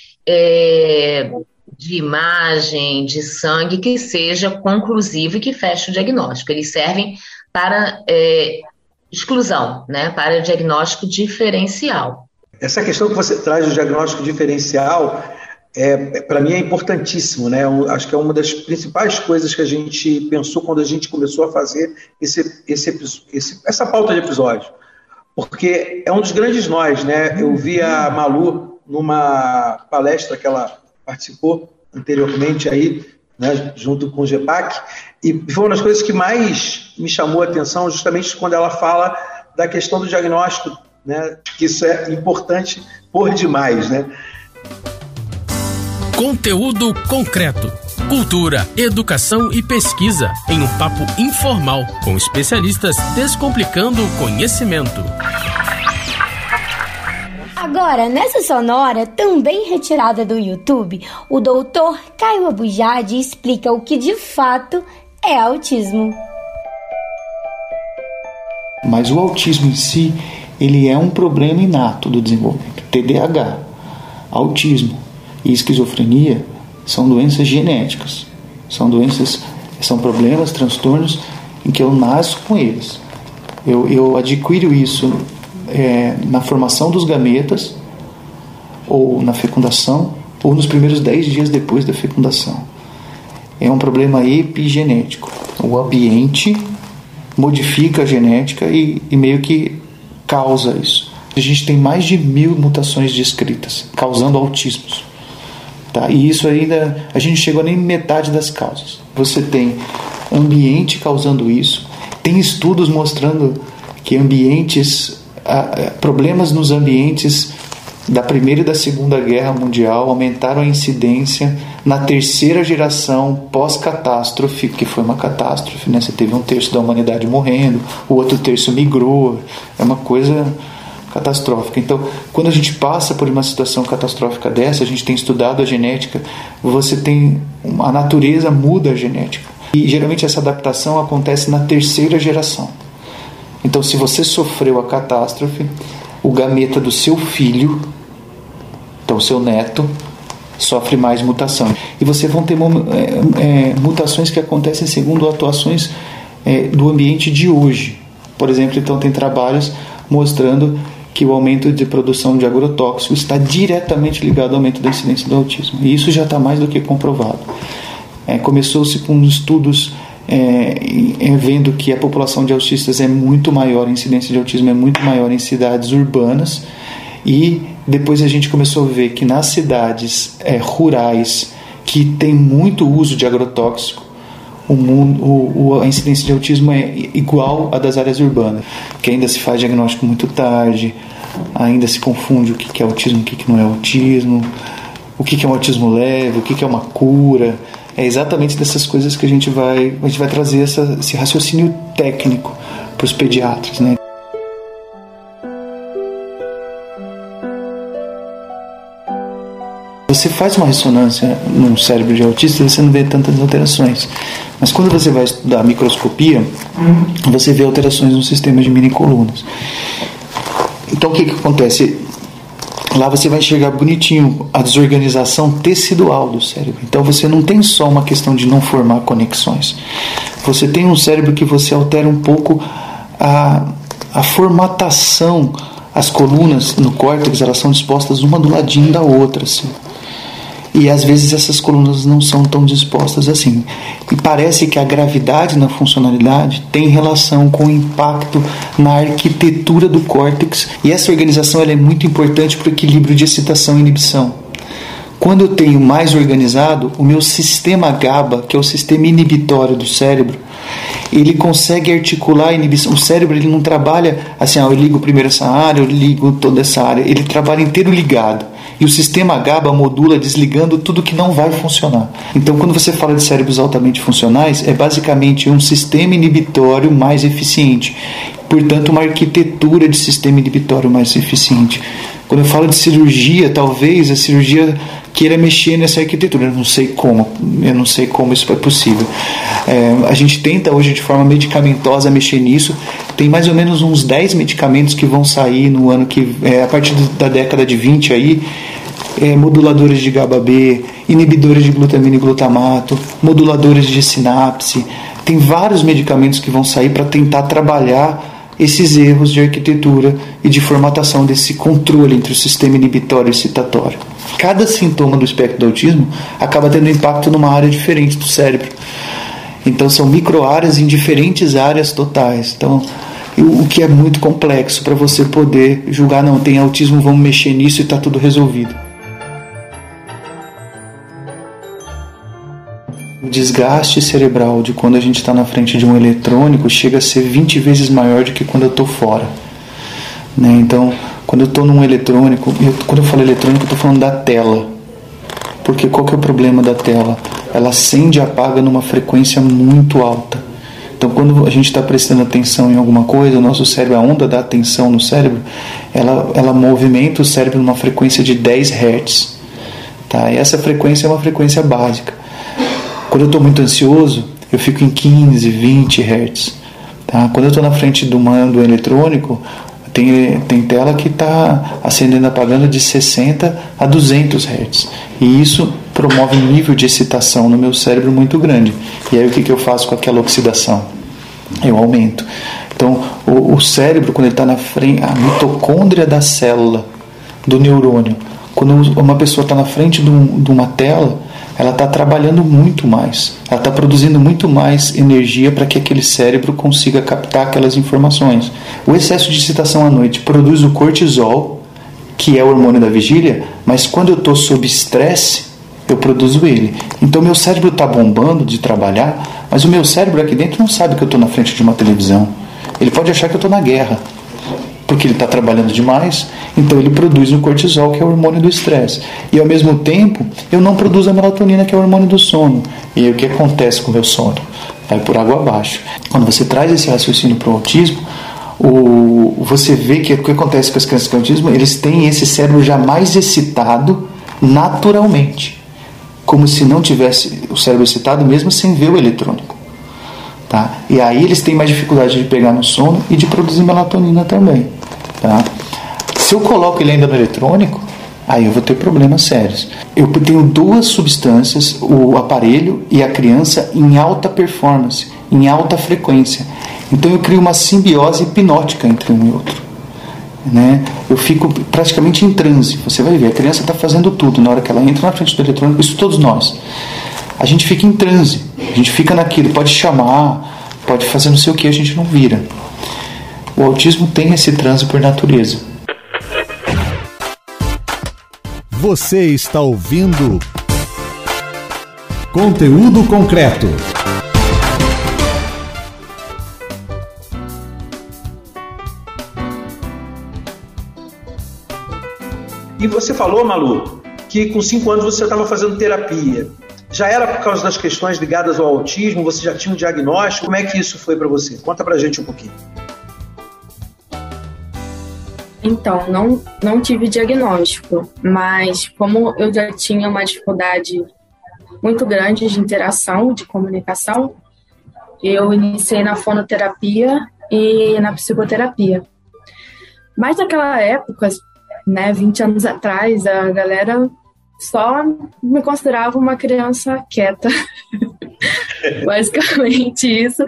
é, de imagem, de sangue que seja conclusivo e que feche o diagnóstico. Eles servem para é, exclusão, né, para diagnóstico diferencial. Essa questão que você traz do diagnóstico diferencial, É, para mim é importantíssimo, né? Eu acho que é uma das principais coisas que a gente pensou quando a gente começou a fazer esse, esse, esse, essa pauta de episódio, porque é um dos grandes nós, né? Eu vi a Malu numa palestra que ela participou anteriormente aí, né, junto com o GEPAC, e foi uma das coisas que mais me chamou a atenção justamente quando ela fala da questão do diagnóstico, né? Que isso é importante por demais, né? Conteúdo concreto. Cultura, educação e pesquisa em um papo informal com especialistas descomplicando o conhecimento. Agora, nessa sonora, também retirada do YouTube, o doutor Caio Abujade explica o que de fato é autismo. Mas o autismo em si, ele é um problema inato do desenvolvimento. T D A H, autismo e esquizofrenia são doenças genéticas, são doenças, são problemas, transtornos em que eu nasço com eles. Eu, eu adquiro isso é, na formação dos gametas, ou na fecundação, ou nos primeiros dez dias depois da fecundação. É um problema epigenético. O ambiente modifica a genética e, e meio que causa isso. A gente tem mais de mil mutações descritas, causando autismos. Tá? E isso ainda, a gente chegou nem metade das causas. Você tem ambiente causando isso, tem estudos mostrando que ambientes, problemas nos ambientes da Primeira e da Segunda Guerra Mundial aumentaram a incidência na terceira geração pós-catástrofe, que foi uma catástrofe, né? Você teve um terço da humanidade morrendo, o outro terço migrou, é uma coisa catastrófica. Então, quando a gente passa por uma situação catastrófica dessa, a gente tem estudado a genética, você tem, a natureza muda a genética. E geralmente essa adaptação acontece na terceira geração. Então, se você sofreu a catástrofe, o gameta do seu filho Então o seu neto sofre mais mutação. E você vão ter é, é, mutações que acontecem segundo atuações é, do ambiente de hoje. Por exemplo, então tem trabalhos mostrando que o aumento de produção de agrotóxico está diretamente ligado ao aumento da incidência do autismo. E isso já está mais do que comprovado. É, começou-se com estudos é, é, vendo que a população de autistas é muito maior, a incidência de autismo é muito maior em cidades urbanas, e depois a gente começou a ver que nas cidades é, rurais que tem muito uso de agrotóxico, o mundo, o, a incidência de autismo é igual à das áreas urbanas, que ainda se faz diagnóstico muito tarde, ainda se confunde o que é autismo, o que não é autismo, o que é um autismo leve, o que é uma cura. É exatamente dessas coisas que a gente vai, a gente vai trazer essa, esse raciocínio técnico para os pediatras, né? Você faz uma ressonância num cérebro de autista e você não vê tantas alterações. Mas quando você vai estudar microscopia, você vê alterações no sistema de minicolunas. Então o que, que acontece? Lá você vai enxergar bonitinho a desorganização tecidual do cérebro. Então você não tem só uma questão de não formar conexões. Você tem um cérebro que você altera um pouco a, a formatação. As colunas no córtex, elas são dispostas uma do ladinho da outra, assim. E às vezes essas colunas não são tão dispostas assim. E parece que a gravidade na funcionalidade tem relação com o impacto na arquitetura do córtex. E essa organização ela é muito importante para o equilíbrio de excitação e inibição. Quando eu tenho mais organizado, o meu sistema GABA, que é o sistema inibitório do cérebro, ele consegue articular a inibição. O cérebro ele não trabalha assim, ah, eu ligo primeiro essa área, eu ligo toda essa área. Ele trabalha inteiro ligado. E o sistema GABA modula desligando tudo que não vai funcionar. Então, quando você fala de cérebros altamente funcionais, é basicamente um sistema inibitório mais eficiente. Portanto, uma arquitetura de sistema inibitório mais eficiente. Quando eu falo de cirurgia, talvez a cirurgia queira mexer nessa arquitetura. Eu não sei como, eu não sei como isso é possível. É, a gente tenta hoje de forma medicamentosa mexer nisso. Tem mais ou menos uns dez medicamentos que vão sair no ano que é, a partir da década de vinte aí, é, moduladores de GABA B, inibidores de glutamina e glutamato, moduladores de sinapse. Tem vários medicamentos que vão sair para tentar trabalhar esses erros de arquitetura e de formatação desse controle entre o sistema inibitório e excitatório. Cada sintoma do espectro do autismo acaba tendo impacto numa área diferente do cérebro. Então são microáreas em diferentes áreas totais. Então, o que é muito complexo para você poder julgar, não, tem autismo, vamos mexer nisso e está tudo resolvido. O desgaste cerebral de quando a gente está na frente de um eletrônico chega a ser vinte vezes maior do que quando eu estou fora. Né? Então, quando eu estou num eletrônico, eu, quando eu falo eletrônico, eu estou falando da tela. Porque qual que é o problema da tela? Ela acende e apaga numa frequência muito alta. Então, quando a gente está prestando atenção em alguma coisa, o nosso cérebro, a onda da atenção no cérebro, ela, ela movimenta o cérebro numa frequência de dez hertz. Tá? E essa frequência é uma frequência básica. Quando eu estou muito ansioso, eu fico em quinze, vinte hertz. Tá? Quando eu estou na frente do mando eletrônico, tem, tem tela que está acendendo e apagando de sessenta a duzentos hertz. E isso promove um nível de excitação no meu cérebro muito grande. E aí o que, que eu faço com aquela oxidação? Eu aumento. Então, o, o cérebro, quando ele está na frente, a mitocôndria da célula, do neurônio, quando uma pessoa está na frente de, um, de uma tela, ela está trabalhando muito mais, ela está produzindo muito mais energia para que aquele cérebro consiga captar aquelas informações. O excesso de excitação à noite produz o cortisol, que é o hormônio da vigília, mas quando eu estou sob estresse, eu produzo ele. Então meu cérebro está bombando de trabalhar, mas o meu cérebro aqui dentro não sabe que eu estou na frente de uma televisão. Ele pode achar que eu estou na guerra, porque ele está trabalhando demais, então ele produz o cortisol, que é o hormônio do estresse. E ao mesmo tempo, eu não produzo a melatonina, que é o hormônio do sono. E aí o que acontece com o meu sono? Vai por água abaixo. Quando você traz esse raciocínio para o autismo, o, você vê que o que acontece com as crianças com autismo, eles têm esse cérebro já mais excitado naturalmente, como se não tivesse o cérebro excitado mesmo sem ver o eletrônico. Tá? E aí eles têm mais dificuldade de pegar no sono e de produzir melatonina também. Tá? Se eu coloco ele ainda no eletrônico, aí eu vou ter problemas sérios. Eu tenho duas substâncias, o aparelho e a criança, em alta performance, em alta frequência. Então eu crio uma simbiose hipnótica entre um e outro. Né? Eu fico praticamente em transe. Você vai ver, a criança está fazendo tudo na hora que ela entra na frente do eletrônico, isso todos nós. A gente fica em transe, a gente fica naquilo, pode chamar, pode fazer não sei o que, a gente não vira. O autismo tem esse transe por natureza. Você está ouvindo Conteúdo Concreto. E você falou, Malu, que com cinco anos você estava fazendo terapia. Já era por causa das questões ligadas ao autismo? Você já tinha um diagnóstico? Como é que isso foi para você? Conta pra gente um pouquinho. Então, não, não tive diagnóstico, mas como eu já tinha uma dificuldade muito grande de interação, de comunicação, eu iniciei na fonoterapia e na psicoterapia. Mas naquela época, né, vinte anos atrás, a galera só me considerava uma criança quieta. Basicamente isso.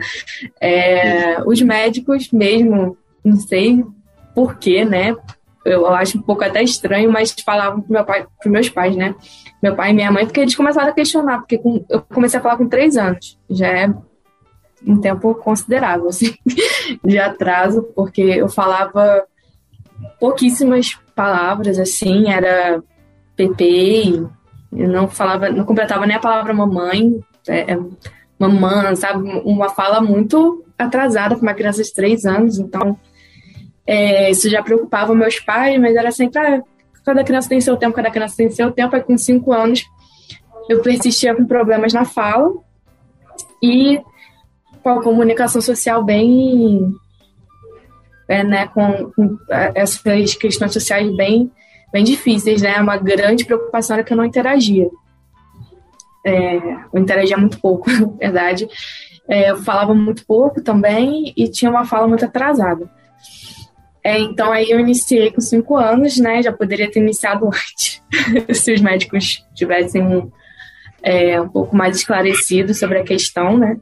É, os médicos mesmo, não sei porquê, né? Eu acho um pouco até estranho, mas falavam pro meu pai, pros meus pais, né? Meu pai e minha mãe, porque eles começaram a questionar, porque com, eu comecei a falar com três anos. Já é um tempo considerável, assim, de atraso, porque eu falava pouquíssimas palavras, assim, era Pepe, eu não falava, não completava nem a palavra mamãe, é, mamã, sabe? Uma fala muito atrasada para uma criança de três anos, então é, isso já preocupava meus pais, mas era sempre, ah, cada criança tem seu tempo, cada criança tem seu tempo, aí com cinco anos eu persistia com problemas na fala e com a comunicação social bem, é, né, com, com essas questões sociais bem, bem difíceis, né, uma grande preocupação era que eu não interagia. É, eu interagia muito pouco, na verdade. É, eu falava muito pouco também e tinha uma fala muito atrasada. É, então, aí eu iniciei com cinco anos, né? Já poderia ter iniciado antes, se os médicos tivessem um, é, um pouco mais esclarecidos sobre a questão, né?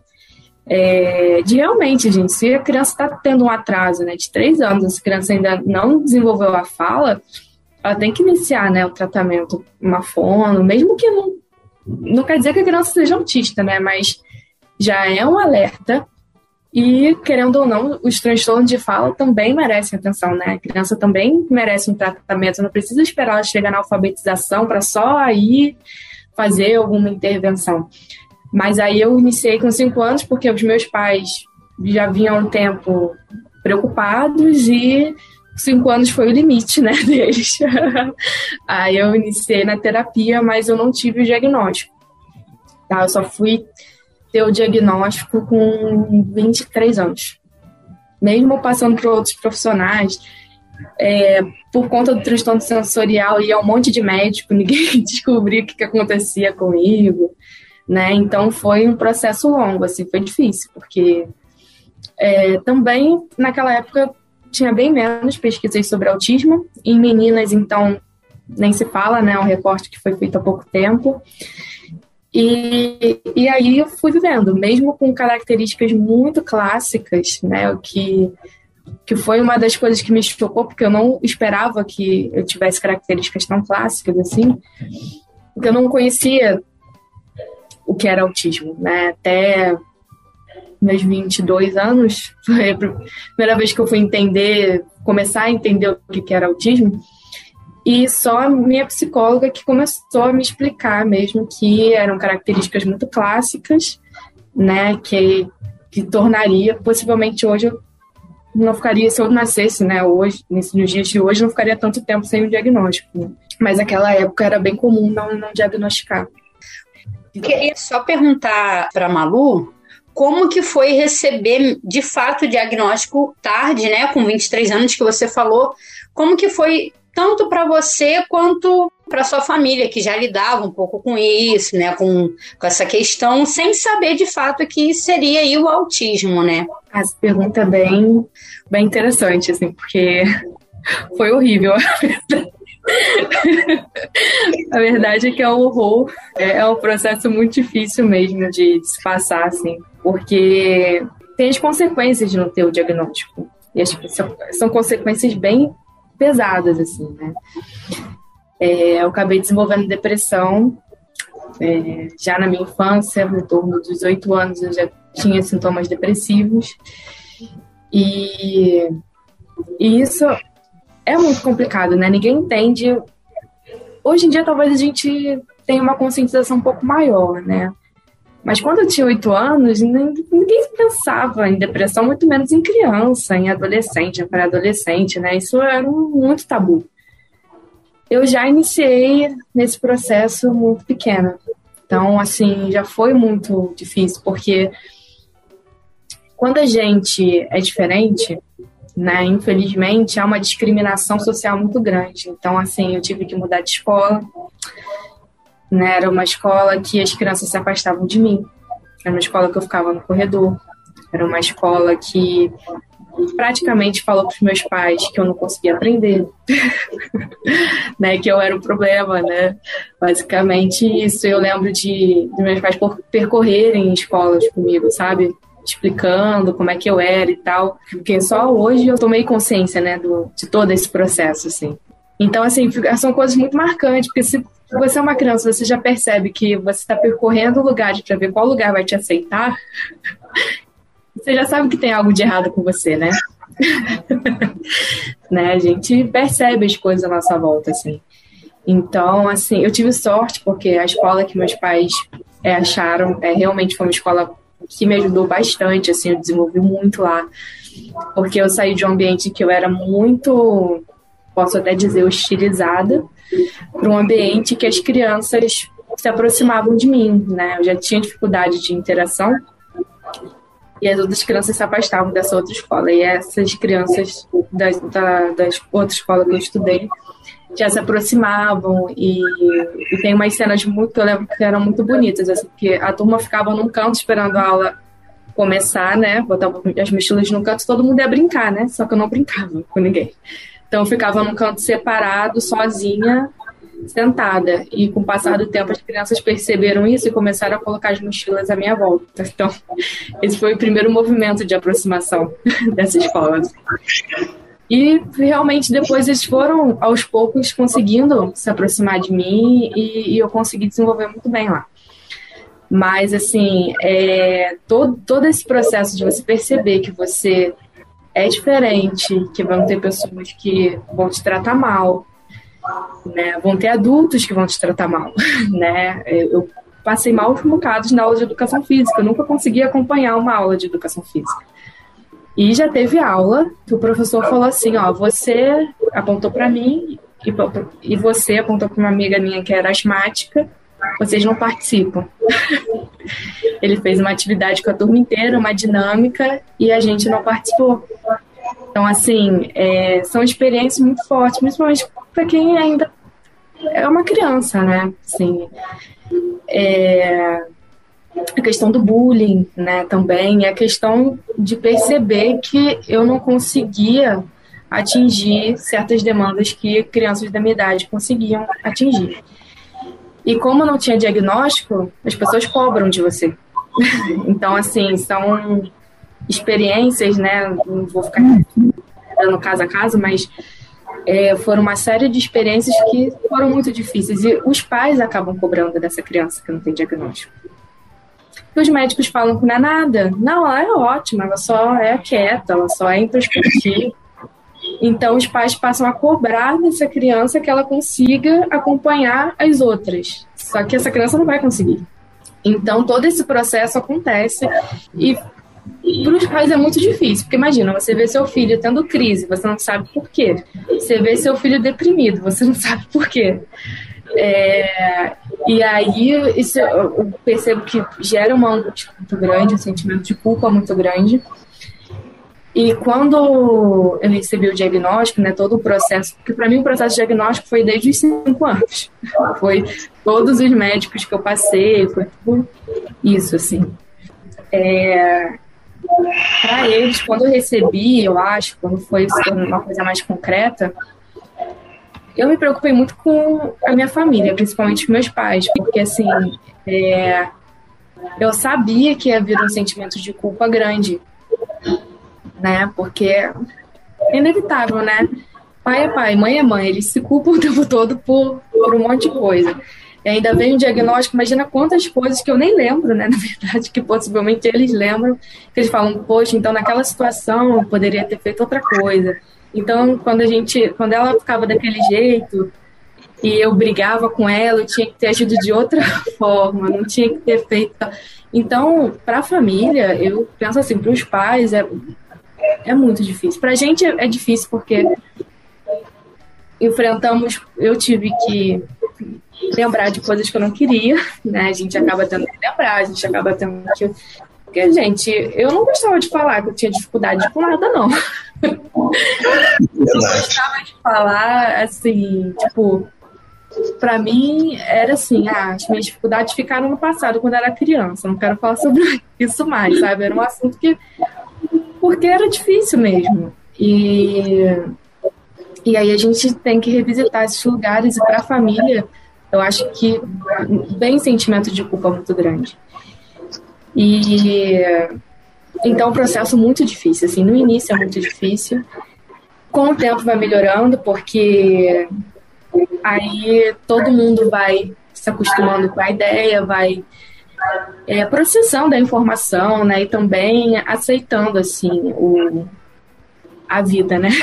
É, de realmente, gente, se a criança está tendo um atraso, né, de três anos, se a criança ainda não desenvolveu a fala, ela tem que iniciar, né, o tratamento, uma fono, mesmo que não, não quer dizer que a criança seja autista, né? Mas já é um alerta. E, querendo ou não, os transtornos de fala também merecem atenção, né? A criança também merece um tratamento. Não precisa esperar ela chegar na alfabetização para só aí fazer alguma intervenção. Mas aí eu iniciei com cinco anos porque os meus pais já vinham há um tempo preocupados e cinco anos foi o limite, né, deles. Aí eu iniciei na terapia, mas eu não tive o diagnóstico. Tá? Eu só fui ter o diagnóstico com vinte e três anos. Mesmo passando por outros profissionais, é, por conta do transtorno sensorial, ia um monte de médico, ninguém descobriu o que, que acontecia comigo, né? Então foi um processo longo, assim, foi difícil, porque é, também naquela época tinha bem menos pesquisas sobre autismo. Em meninas, então, nem se fala, né? É um recorte que foi feito há pouco tempo. E, e aí eu fui vivendo, mesmo com características muito clássicas, né, o que, que foi uma das coisas que me chocou, porque eu não esperava que eu tivesse características tão clássicas assim, porque eu não conhecia o que era autismo, né, até meus vinte e dois anos, foi a primeira vez que eu fui entender, começar a entender o que era autismo. E só a minha psicóloga que começou a me explicar mesmo que eram características muito clássicas, né, que, que tornaria, possivelmente hoje eu não ficaria, se eu nascesse, né, hoje, nesses dias de hoje, não ficaria tanto tempo sem o diagnóstico. Né? Mas naquela época era bem comum não, não diagnosticar. Eu queria só perguntar para a Malu como que foi receber, de fato, o diagnóstico tarde, né, com vinte e três anos que você falou, como que foi tanto para você quanto para sua família, que já lidava um pouco com isso, né, com, com essa questão, sem saber de fato que seria aí o autismo, né? Essa pergunta é bem, bem interessante, assim, porque foi horrível. A verdade é que é um horror, é um processo muito difícil mesmo de, de se passar, assim, porque tem as consequências de não ter o diagnóstico. E as, são, são consequências bem pesadas, assim, né? É, eu acabei desenvolvendo depressão é, já na minha infância, no torno dos oito anos eu já tinha sintomas depressivos. E, e isso é muito complicado, né? Ninguém entende. Hoje em dia, talvez a gente tenha uma conscientização um pouco maior, né? Mas quando eu tinha oito anos, ninguém pensava em depressão, muito menos em criança, em adolescente, em pré-adolescente, né? Isso era muito tabu. Eu já iniciei nesse processo muito pequena. Então, assim, já foi muito difícil, porque quando a gente é diferente, né, infelizmente, há uma discriminação social muito grande. Então, assim, eu tive que mudar de escola. Né, era uma escola que as crianças se afastavam de mim. Era uma escola que eu ficava no corredor. Era uma escola que praticamente falou para os meus pais que eu não conseguia aprender. Né, que eu era o problema, né? Basicamente isso. Eu lembro de, de meus pais percorrerem escolas comigo, sabe? Explicando como é que eu era e tal. Porque só hoje eu tomei consciência, né, do, de todo esse processo, assim. Então, assim, são coisas muito marcantes, porque se você é uma criança, você já percebe que você está percorrendo lugares para ver qual lugar vai te aceitar, você já sabe que tem algo de errado com você, né? Né? A gente percebe as coisas à nossa volta, assim. Então, assim, eu tive sorte, porque a escola que meus pais é, acharam é, realmente foi uma escola que me ajudou bastante, assim, eu desenvolvi muito lá, porque eu saí de um ambiente que eu era muito, posso até dizer, hostilizada, para um ambiente que as crianças se aproximavam de mim, né? Eu já tinha dificuldade de interação e as outras crianças se afastavam dessa outra escola. E essas crianças da, da, da outra escola que eu estudei já se aproximavam e, e tem umas cenas muito, que eu lembro que eram muito bonitas, assim, porque a turma ficava num canto esperando a aula começar, né? Botava as mochilas no canto, todo mundo ia brincar, né? Só que eu não brincava com ninguém. Então eu ficava num canto separado, sozinha, sentada. E com o passar do tempo as crianças perceberam isso e começaram a colocar as mochilas à minha volta. Então esse foi o primeiro movimento de aproximação dessa escola. E realmente depois eles foram, aos poucos, conseguindo se aproximar de mim e, e eu consegui desenvolver muito bem lá. Mas, assim, é, todo, todo esse processo de você perceber que você é diferente, que vão ter pessoas que vão te tratar mal, né? Vão ter adultos que vão te tratar mal, né? Eu passei maus bocados na aula de educação física, eu nunca consegui acompanhar uma aula de educação física. E já teve aula que o professor falou assim, ó, você apontou para mim e, e você apontou para uma amiga minha que era asmática, vocês não participam. Ele fez uma atividade com a turma inteira, uma dinâmica, e a gente não participou. Então, assim, é, são experiências muito fortes, principalmente para quem ainda é uma criança, né? Assim, é, a questão do bullying, né, também, e a questão de perceber que eu não conseguia atingir certas demandas que crianças da minha idade conseguiam atingir. E como não tinha diagnóstico, as pessoas cobram de você. Então, assim, são experiências, né, não vou ficar dando caso a caso, mas é, foram uma série de experiências que foram muito difíceis. E os pais acabam cobrando dessa criança que não tem diagnóstico. Os médicos falam que não é nada. Não, ela é ótima, ela só é quieta, ela só é introspectiva. Então, os pais passam a cobrar dessa criança que ela consiga acompanhar as outras. Só que essa criança não vai conseguir. Então, todo esse processo acontece e para os pais é muito difícil. Porque imagina, você vê seu filho tendo crise, você não sabe por quê. Você vê seu filho deprimido, você não sabe por quê. É, e aí isso eu percebo que gera uma angústia muito grande, um sentimento de culpa muito grande. E quando eu recebi o diagnóstico, né, todo o processo, porque para mim o processo de diagnóstico foi desde os cinco anos, foi todos os médicos que eu passei, foi tudo isso, assim. É, para eles, quando eu recebi, eu acho, quando foi uma coisa mais concreta, eu me preocupei muito com a minha família, principalmente com meus pais, porque assim, é, eu sabia que havia um sentimento de culpa grande, né? Porque é inevitável, né? Pai é pai, mãe é mãe, eles se culpam o tempo todo por, por um monte de coisa. E ainda vem o diagnóstico, imagina quantas coisas que eu nem lembro, né? Na verdade, que possivelmente eles lembram, que eles falam, poxa, então naquela situação eu poderia ter feito outra coisa. Então, quando a gente, quando ela ficava daquele jeito e eu brigava com ela, eu tinha que ter agido de outra forma, não tinha que ter feito. Então, para a família, eu penso assim, para os pais é, é muito difícil. Para a gente é, é difícil porque enfrentamos, eu tive que lembrar de coisas que eu não queria, né? A gente acaba tendo que lembrar, a gente acaba tendo que... Porque, gente, eu não gostava de falar que eu tinha dificuldade com nada, não. Eu não gostava de falar, assim, tipo, pra mim era assim, ah, as minhas dificuldades ficaram no passado, quando eu era criança, não quero falar sobre isso mais, sabe? Era um assunto que, porque era difícil mesmo. E, e aí a gente tem que revisitar esses lugares, e pra família, eu acho que vem sentimento de culpa muito grande. E então é um processo muito difícil, assim, no início é muito difícil, com o tempo vai melhorando, porque aí todo mundo vai se acostumando com a ideia, vai é, processando a informação, né, e também aceitando, assim, o, a vida, né?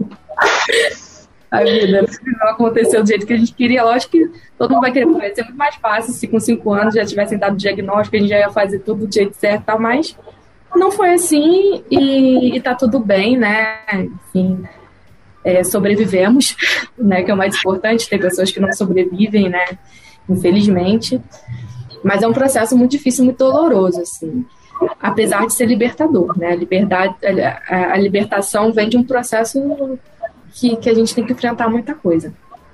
A vida não aconteceu do jeito que a gente queria. Lógico que todo mundo vai querer, vai ser muito mais fácil se com cinco anos já tivessem dado o diagnóstico, a gente já ia fazer tudo do jeito certo e tal, mas não foi assim e, e tá tudo bem, né? Enfim, é, sobrevivemos, né? Que é o mais importante. Tem pessoas que não sobrevivem, né? Infelizmente. Mas é um processo muito difícil, muito doloroso, assim. Apesar de ser libertador, né? A liberdade, a, a libertação vem de um processo Que, que a gente tem que enfrentar muita coisa.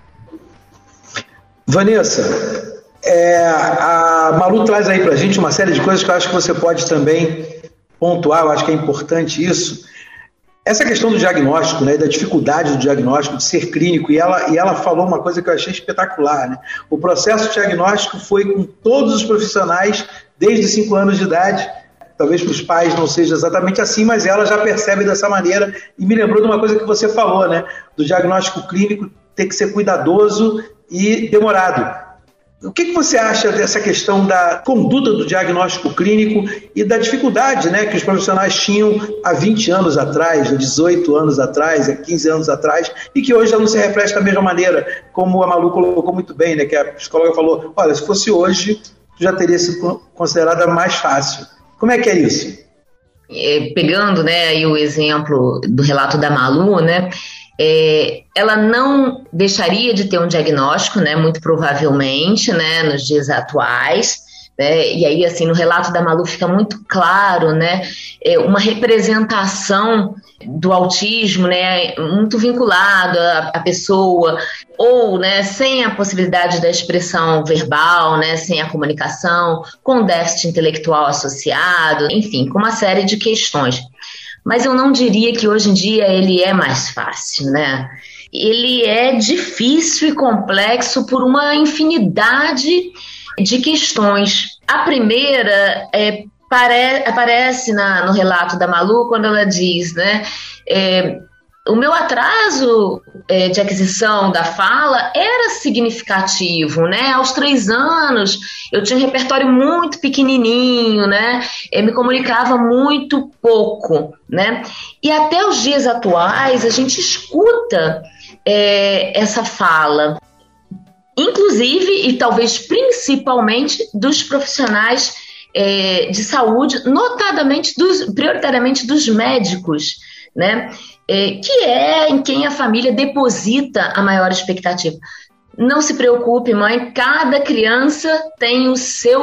Vanessa, é, a Malu traz aí pra gente uma série de coisas que eu acho que você pode também pontuar, eu acho que é importante isso. Essa questão do diagnóstico, né, da dificuldade do diagnóstico, de ser clínico, e ela, e ela falou uma coisa que eu achei espetacular, né? O processo diagnóstico foi com todos os profissionais desde cinco anos de idade. Talvez para os pais não seja exatamente assim, mas ela já percebe dessa maneira, e me lembrou de uma coisa que você falou, né? Do diagnóstico clínico ter que ser cuidadoso e demorado. O que, que você acha dessa questão da conduta do diagnóstico clínico e da dificuldade, né, que os profissionais tinham há vinte anos atrás, há dezoito anos atrás, há quinze anos atrás, e que hoje já não se reflete da mesma maneira, como a Malu colocou muito bem, né, que a psicóloga falou, olha, se fosse hoje, já teria sido considerada mais fácil. Como é que é isso? É, pegando, né, aí o exemplo do relato da Malu, né, é, ela não deixaria de ter um diagnóstico, né, muito provavelmente, né, nos dias atuais, né, e aí, assim, no relato da Malu fica muito claro, né, é, uma representação do autismo, né, muito vinculado à, à pessoa, ou, né, sem a possibilidade da expressão verbal, né, sem a comunicação, com déficit intelectual associado, enfim, com uma série de questões. Mas eu não diria que hoje em dia ele é mais fácil, né? Ele é difícil e complexo por uma infinidade de questões. A primeira é, pare, aparece na, no relato da Malu quando ela diz, né, é, o meu atraso é, de aquisição da fala era significativo, né? Aos três anos eu tinha um repertório muito pequenininho, né? Eu me comunicava muito pouco, né? E até os dias atuais a gente escuta é, essa fala, inclusive e talvez principalmente dos profissionais é, de saúde, notadamente, dos, prioritariamente dos médicos, né? É, que é em quem a família deposita a maior expectativa. Não se preocupe, mãe, cada criança tem o seu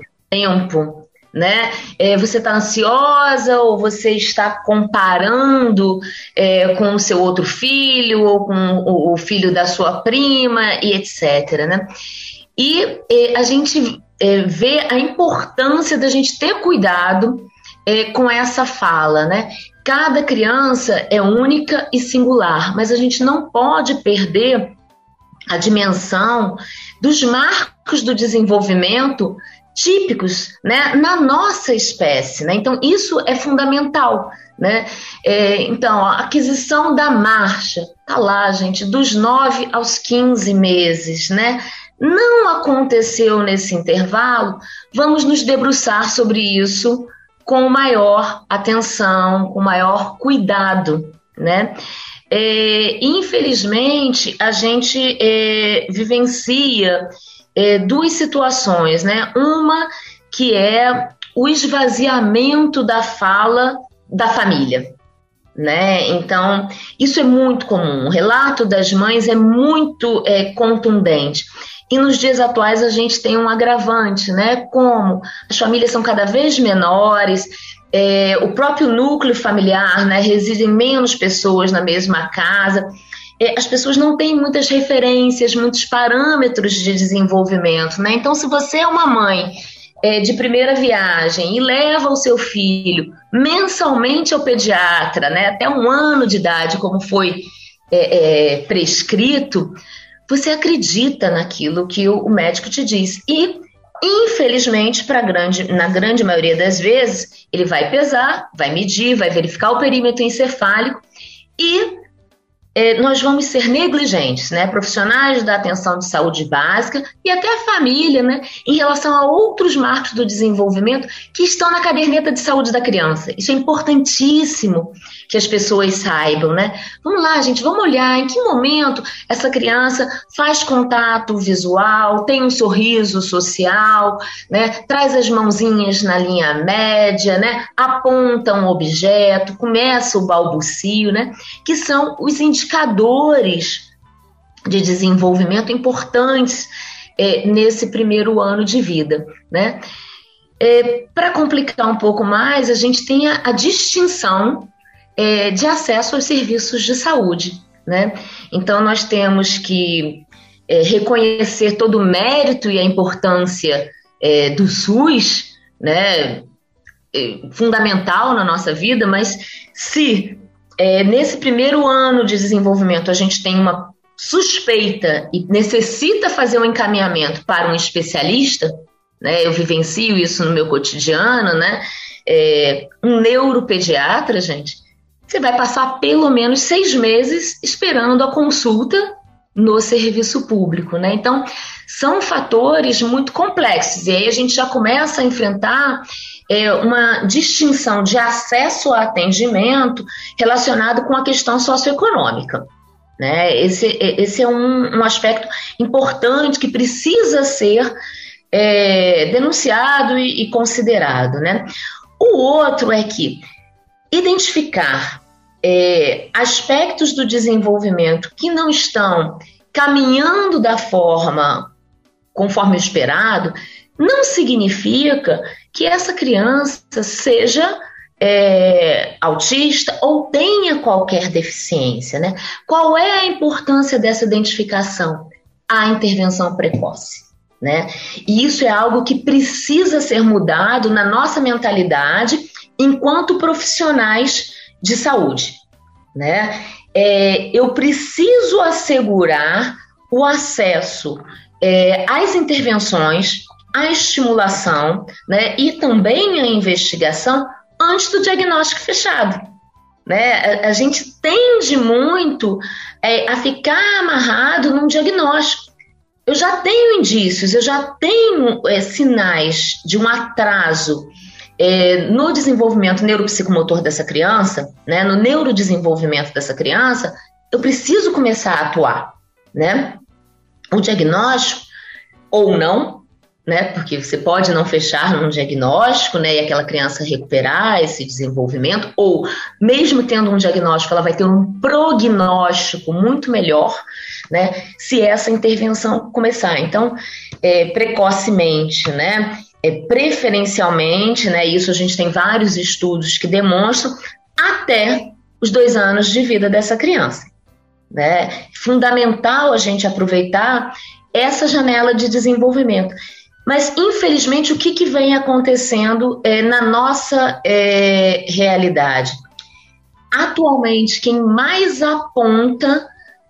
tempo, né? É, você está ansiosa ou você está comparando é, com o seu outro filho ou com o, o filho da sua prima e etcétera, né? E é, a gente é, vê a importância da gente ter cuidado é, com essa fala, né? Cada criança é única e singular, mas a gente não pode perder a dimensão dos marcos do desenvolvimento típicos, né, na nossa espécie, né? Então, isso é fundamental, né? É, então, a aquisição da marcha, tá lá, gente, dos nove aos quinze meses, né? Não aconteceu nesse intervalo, vamos nos debruçar sobre isso com maior atenção, com maior cuidado, né? É, infelizmente, a gente é, vivencia é, duas situações, né? Uma que é o esvaziamento da fala da família, né? Então, isso é muito comum. O relato das mães é muito é, contundente. E nos dias atuais a gente tem um agravante, né? Como as famílias são cada vez menores, é, o próprio núcleo familiar, né? Residem menos pessoas na mesma casa. É, as pessoas não têm muitas referências, muitos parâmetros de desenvolvimento, né? Então, se você é uma mãe é, de primeira viagem e leva o seu filho mensalmente ao pediatra, né? Até um ano de idade, como foi é, é, prescrito, você acredita naquilo que o médico te diz. E, infelizmente, pra grande, na grande maioria das vezes, ele vai pesar, vai medir, vai verificar o perímetro encefálico e é, nós vamos ser negligentes, né? Profissionais da atenção de saúde básica e até a família, né? Em relação a outros marcos do desenvolvimento que estão na caderneta de saúde da criança. Isso é importantíssimo que as pessoas saibam, né? Vamos lá, gente, vamos olhar em que momento essa criança faz contato visual, tem um sorriso social, né? Traz as mãozinhas na linha média, né? Aponta um objeto, começa o balbucio, né? Que são os indicadores de desenvolvimento importantes é, nesse primeiro ano de vida, né? É, para complicar um pouco mais, a gente tem a, a distinção É, de acesso aos serviços de saúde, né? Então, nós temos que é, reconhecer todo o mérito e a importância é, do SUS, né? É, fundamental na nossa vida, mas se é, nesse primeiro ano de desenvolvimento a gente tem uma suspeita e necessita fazer um encaminhamento para um especialista, né? Eu vivencio isso no meu cotidiano, né? É, um neuropediatra, gente, você vai passar pelo menos seis meses esperando a consulta no serviço público, né? Então, são fatores muito complexos. E aí a gente já começa a enfrentar é, uma distinção de acesso ao atendimento relacionado com a questão socioeconômica, né? Esse, esse é um, um aspecto importante que precisa ser é, denunciado e, e considerado, né? O outro é que identificar é, aspectos do desenvolvimento que não estão caminhando da forma conforme o esperado, não significa que essa criança seja é, autista ou tenha qualquer deficiência, né? Qual é a importância dessa identificação? A intervenção precoce, né? E isso é algo que precisa ser mudado na nossa mentalidade enquanto profissionais de saúde, né? É, eu preciso assegurar o acesso é, às intervenções, à estimulação, né? E também à investigação antes do diagnóstico fechado, né? A, a gente tende muito é, a ficar amarrado num diagnóstico. Eu já tenho indícios, eu já tenho é, sinais de um atraso É, no desenvolvimento neuropsicomotor dessa criança, né, no neurodesenvolvimento dessa criança, eu preciso começar a atuar, né? O diagnóstico, ou não, né, porque você pode não fechar num diagnóstico, né, e aquela criança recuperar esse desenvolvimento, ou mesmo tendo um diagnóstico, ela vai ter um prognóstico muito melhor, né, se essa intervenção começar. Então, é, precocemente, né, É, preferencialmente, né, isso a gente tem vários estudos que demonstram, até os dois anos de vida dessa criança, né? Fundamental a gente aproveitar essa janela de desenvolvimento. Mas, infelizmente, o que, que vem acontecendo é, na nossa é, realidade? Atualmente, quem mais aponta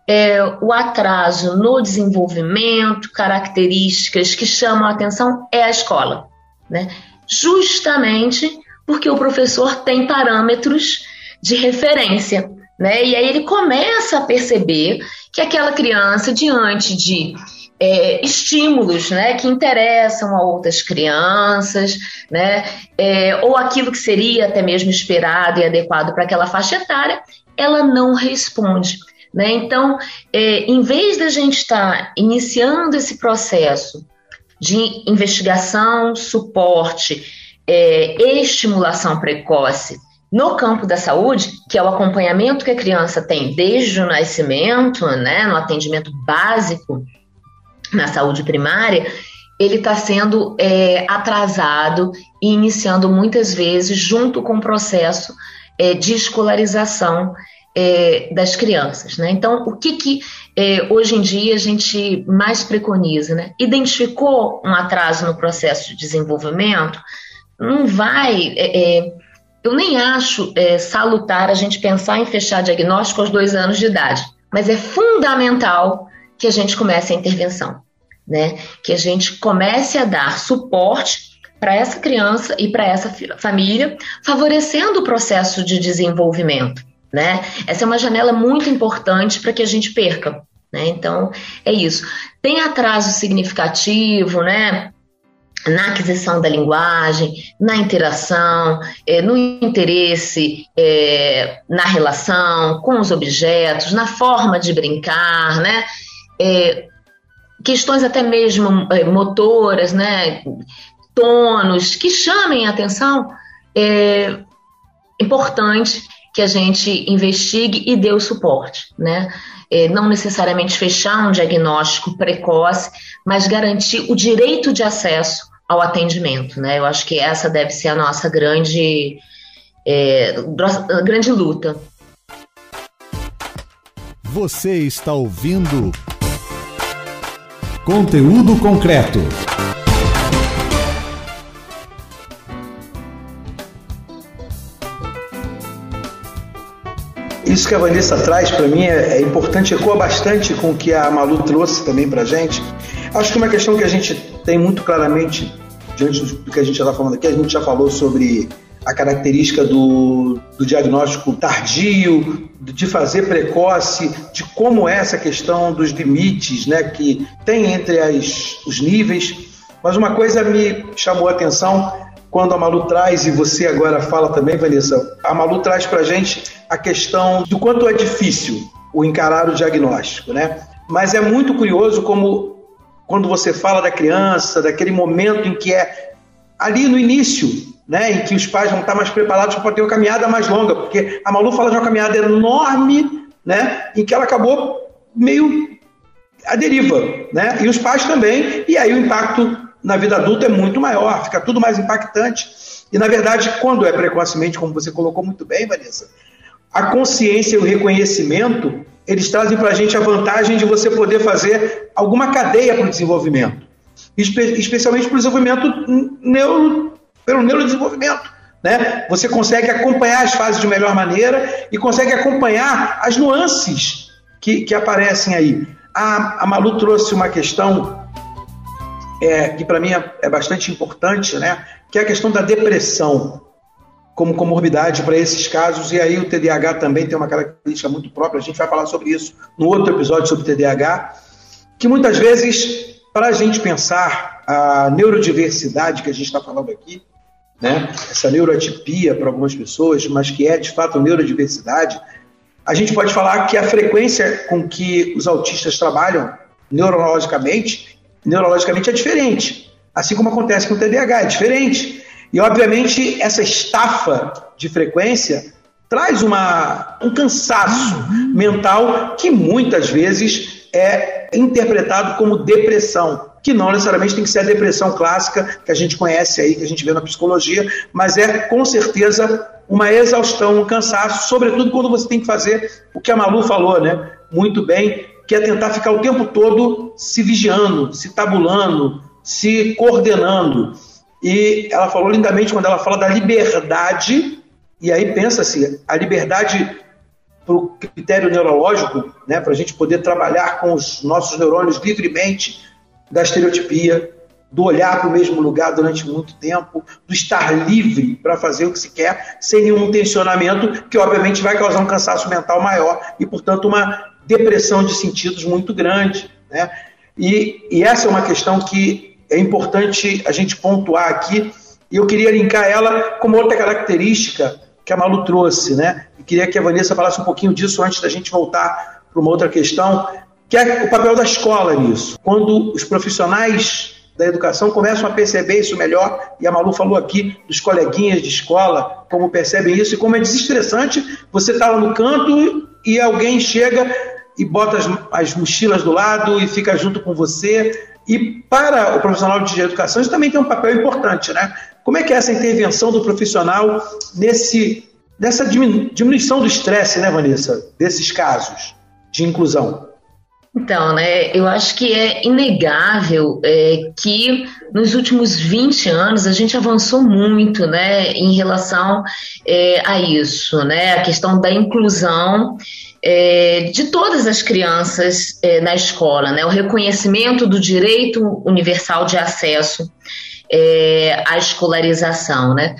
é, o atraso no desenvolvimento, características que chamam a atenção é a escola, né? Justamente porque o professor tem parâmetros de referência, né? E aí ele começa a perceber que aquela criança, diante de é, estímulos, né, que interessam a outras crianças, né, é, ou aquilo que seria até mesmo esperado e adequado para aquela faixa etária, ela não responde, né? Então, é, em vez da gente estar iniciando esse processo de investigação, suporte, é, estimulação precoce no campo da saúde, que é o acompanhamento que a criança tem desde o nascimento, né, no atendimento básico na saúde primária, ele está sendo é, atrasado e iniciando muitas vezes junto com o processo é, de escolarização é, das crianças, né? Então, o que, que é, hoje em dia a gente mais preconiza, né? Identificou um atraso no processo de desenvolvimento, não vai... É, é, eu nem acho é, salutar a gente pensar em fechar diagnóstico aos dois anos de idade, mas é fundamental que a gente comece a intervenção, né? Que a gente comece a dar suporte para essa criança e para essa família, favorecendo o processo de desenvolvimento, né? Essa é uma janela muito importante para que a gente perca, né? Então, é isso. Tem atraso significativo, né? Na aquisição da linguagem, na interação, é, no interesse é, na relação com os objetos, na forma de brincar, né? É, questões até mesmo é, motoras, né? Tonos que chamem a atenção, é importante que a gente investigue e dê o suporte, né? É, não necessariamente fechar um diagnóstico precoce, mas garantir o direito de acesso ao atendimento, né? Eu acho que essa deve ser a nossa grande, é, grande luta. Você está ouvindo Conteúdo Concreto. Isso que a Vanessa traz, para mim, é, é importante, ecoa bastante com o que a Malu trouxe também para a gente. Acho que uma questão que a gente tem muito claramente, diante do que a gente já está falando aqui, a gente já falou sobre a característica do, do diagnóstico tardio, de fazer precoce, de como é essa questão dos limites, né, que tem entre as, os níveis. Mas uma coisa me chamou a atenção quando a Malu traz, e você agora fala também, Vanessa, a Malu traz para a gente a questão do quanto é difícil o encarar o diagnóstico, né? Mas é muito curioso como, quando você fala da criança, daquele momento em que é ali no início, né, em que os pais vão estar mais preparados para ter uma caminhada mais longa, porque a Malu fala de uma caminhada enorme, né, em que ela acabou meio à deriva, né, e os pais também, e aí o impacto na vida adulta é muito maior, fica tudo mais impactante. E, na verdade, quando é precocemente, como você colocou muito bem, Vanessa, a consciência e o reconhecimento, eles trazem para a gente a vantagem de você poder fazer alguma cadeia para o desenvolvimento, espe- especialmente para o desenvolvimento neuro, pelo neurodesenvolvimento, né? Você consegue acompanhar as fases de melhor maneira e consegue acompanhar as nuances que, que aparecem aí. A, a Malu trouxe uma questão É, que para mim é, é bastante importante, né? Que é a questão da depressão como comorbidade para esses casos, e aí o T D A H também tem uma característica muito própria, a gente vai falar sobre isso no outro episódio sobre T D A H, que muitas vezes, para a gente pensar a neurodiversidade que a gente está falando aqui, né? Essa neuroatipia para algumas pessoas, mas que é de fato neurodiversidade, a gente pode falar que a frequência com que os autistas trabalham neurologicamente neurologicamente é diferente, assim como acontece com o T D A H, é diferente. E, obviamente, essa estafa de frequência traz uma, um cansaço mental que muitas vezes é interpretado como depressão, que não necessariamente tem que ser a depressão clássica que a gente conhece aí, que a gente vê na psicologia, mas é, com certeza, uma exaustão, um cansaço, sobretudo quando você tem que fazer o que a Malu falou, né? Muito bem, que é tentar ficar o tempo todo se vigiando, se tabulando, se coordenando. E ela falou lindamente quando ela fala da liberdade, e aí pensa-se, a liberdade para o critério neurológico, né, para a gente poder trabalhar com os nossos neurônios livremente da estereotipia, do olhar para o mesmo lugar durante muito tempo, do estar livre para fazer o que se quer, sem nenhum tensionamento, que obviamente vai causar um cansaço mental maior e, portanto, uma depressão de sentidos muito grande, né? E, e essa é uma questão que é importante a gente pontuar aqui, e eu queria linkar ela com uma outra característica que a Malu trouxe, né? E queria que a Vanessa falasse um pouquinho disso antes da gente voltar para uma outra questão, que é o papel da escola nisso. Quando os profissionais da educação começam a perceber isso melhor, e a Malu falou aqui dos coleguinhas de escola, como percebem isso, e como é desestressante você estar lá no canto e alguém chega e bota as, as mochilas do lado e fica junto com você. E para o profissional de educação isso também tem um papel importante, né? Como é que é essa intervenção do profissional nesse, nessa diminuição do estresse, né, Vanessa, desses casos de inclusão? Então, né, eu acho que é inegável é, que nos últimos vinte anos a gente avançou muito, né, em relação é, a isso, né, a questão da inclusão é, de todas as crianças é, na escola, né, o reconhecimento do direito universal de acesso é, à escolarização, né,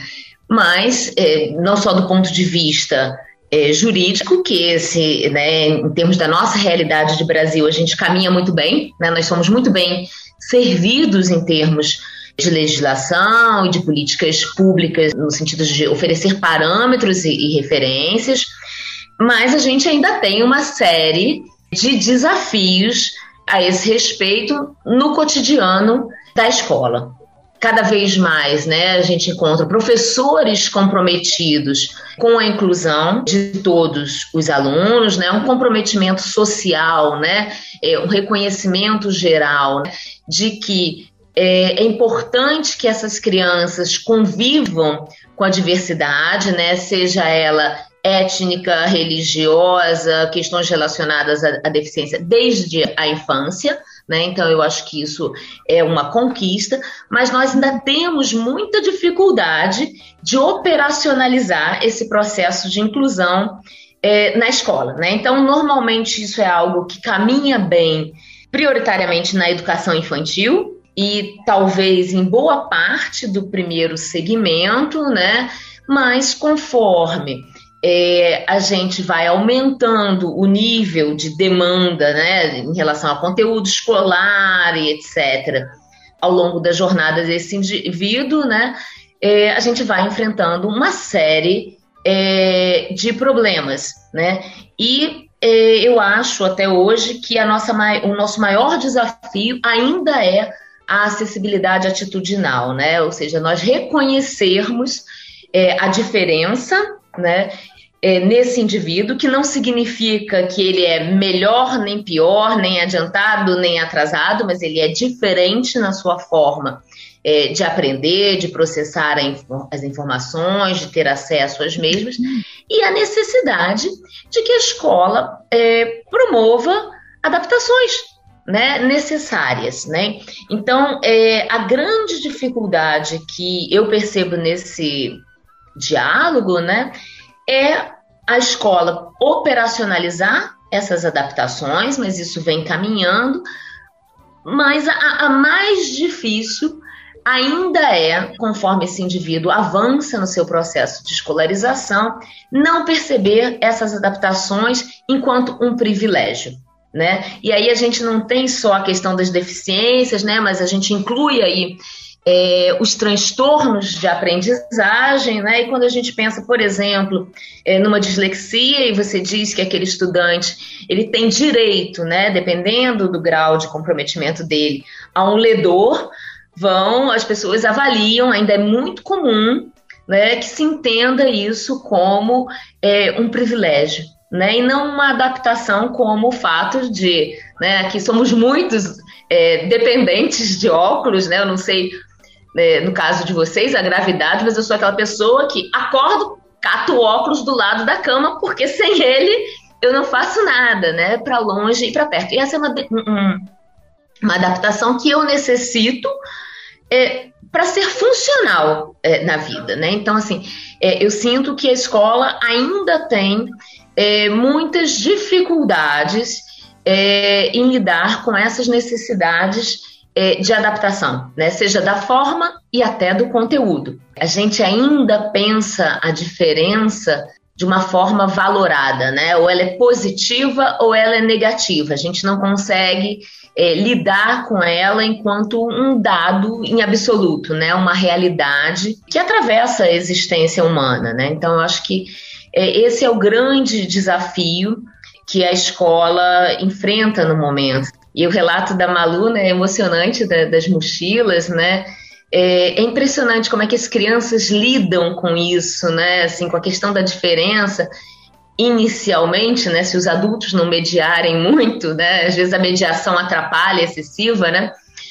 mas é, não só do ponto de vista É, jurídico, que esse, né, em termos da nossa realidade de Brasil, a gente caminha muito bem, né, nós somos muito bem servidos em termos de legislação e de políticas públicas, no sentido de oferecer parâmetros e, e referências, mas a gente ainda tem uma série de desafios a esse respeito no cotidiano da escola. Cada vez mais, né, a gente encontra professores comprometidos com a inclusão de todos os alunos, né, um comprometimento social, né, é, um reconhecimento geral, né, de que é, é importante que essas crianças convivam com a diversidade, né, seja ela étnica, religiosa, questões relacionadas à, à deficiência desde a infância. Né? Então, eu acho que isso é uma conquista, mas nós ainda temos muita dificuldade de operacionalizar esse processo de inclusão é, na escola. Né? Então, normalmente isso é algo que caminha bem prioritariamente na educação infantil e talvez em boa parte do primeiro segmento, né? Mas conforme É, a gente vai aumentando o nível de demanda, né, em relação ao conteúdo escolar e etcétera, ao longo da jornada desse indivíduo, né, é, a gente vai enfrentando uma série é, de problemas, né, e é, eu acho até hoje que a nossa, o nosso maior desafio ainda é a acessibilidade atitudinal, né, ou seja, nós reconhecermos é, a diferença, né, É, nesse indivíduo, que não significa que ele é melhor, nem pior, nem adiantado, nem atrasado, mas ele é diferente na sua forma é, de aprender, de processar infor- as informações, de ter acesso às mesmas, e a necessidade de que a escola é, promova adaptações, né, necessárias, né? Então, é, a grande dificuldade que eu percebo nesse diálogo, né, é a escola operacionalizar essas adaptações, mas isso vem caminhando, mas a, a mais difícil ainda é, conforme esse indivíduo avança no seu processo de escolarização, não perceber essas adaptações enquanto um privilégio, né? E aí a gente não tem só a questão das deficiências, né, mas a gente inclui aí É, os transtornos de aprendizagem, né? E quando a gente pensa, por exemplo, é, numa dislexia, e você diz que aquele estudante ele tem direito, né, dependendo do grau de comprometimento dele, a um ledor, vão, as pessoas avaliam, ainda é muito comum, né, que se entenda isso como é, um privilégio, né, e não uma adaptação como o fato de, né, que somos muitos é, dependentes de óculos, né, eu não sei, é, no caso de vocês, a gravidade, mas eu sou aquela pessoa que acordo, cato o óculos do lado da cama, porque sem ele eu não faço nada, né, para longe e para perto. E essa é uma, um, uma adaptação que eu necessito é, para ser funcional é, na vida, né? Então, assim, é, eu sinto que a escola ainda tem é, muitas dificuldades é, em lidar com essas necessidades é, de adaptação, né? Seja da forma e até do conteúdo. A gente ainda pensa a diferença de uma forma valorada, né? Ou ela é positiva ou ela é negativa. A gente não consegue é, lidar com ela enquanto um dado em absoluto, né? Uma realidade que atravessa a existência humana, né? Então, eu acho que é, esse é o grande desafio que a escola enfrenta no momento. E o relato da Malu, né, é emocionante, da, das mochilas, né? É impressionante como é que as crianças lidam com isso, né? Assim, com a questão da diferença. Inicialmente, né, se os adultos não mediarem muito, né, às vezes a mediação atrapalha, excessiva, né?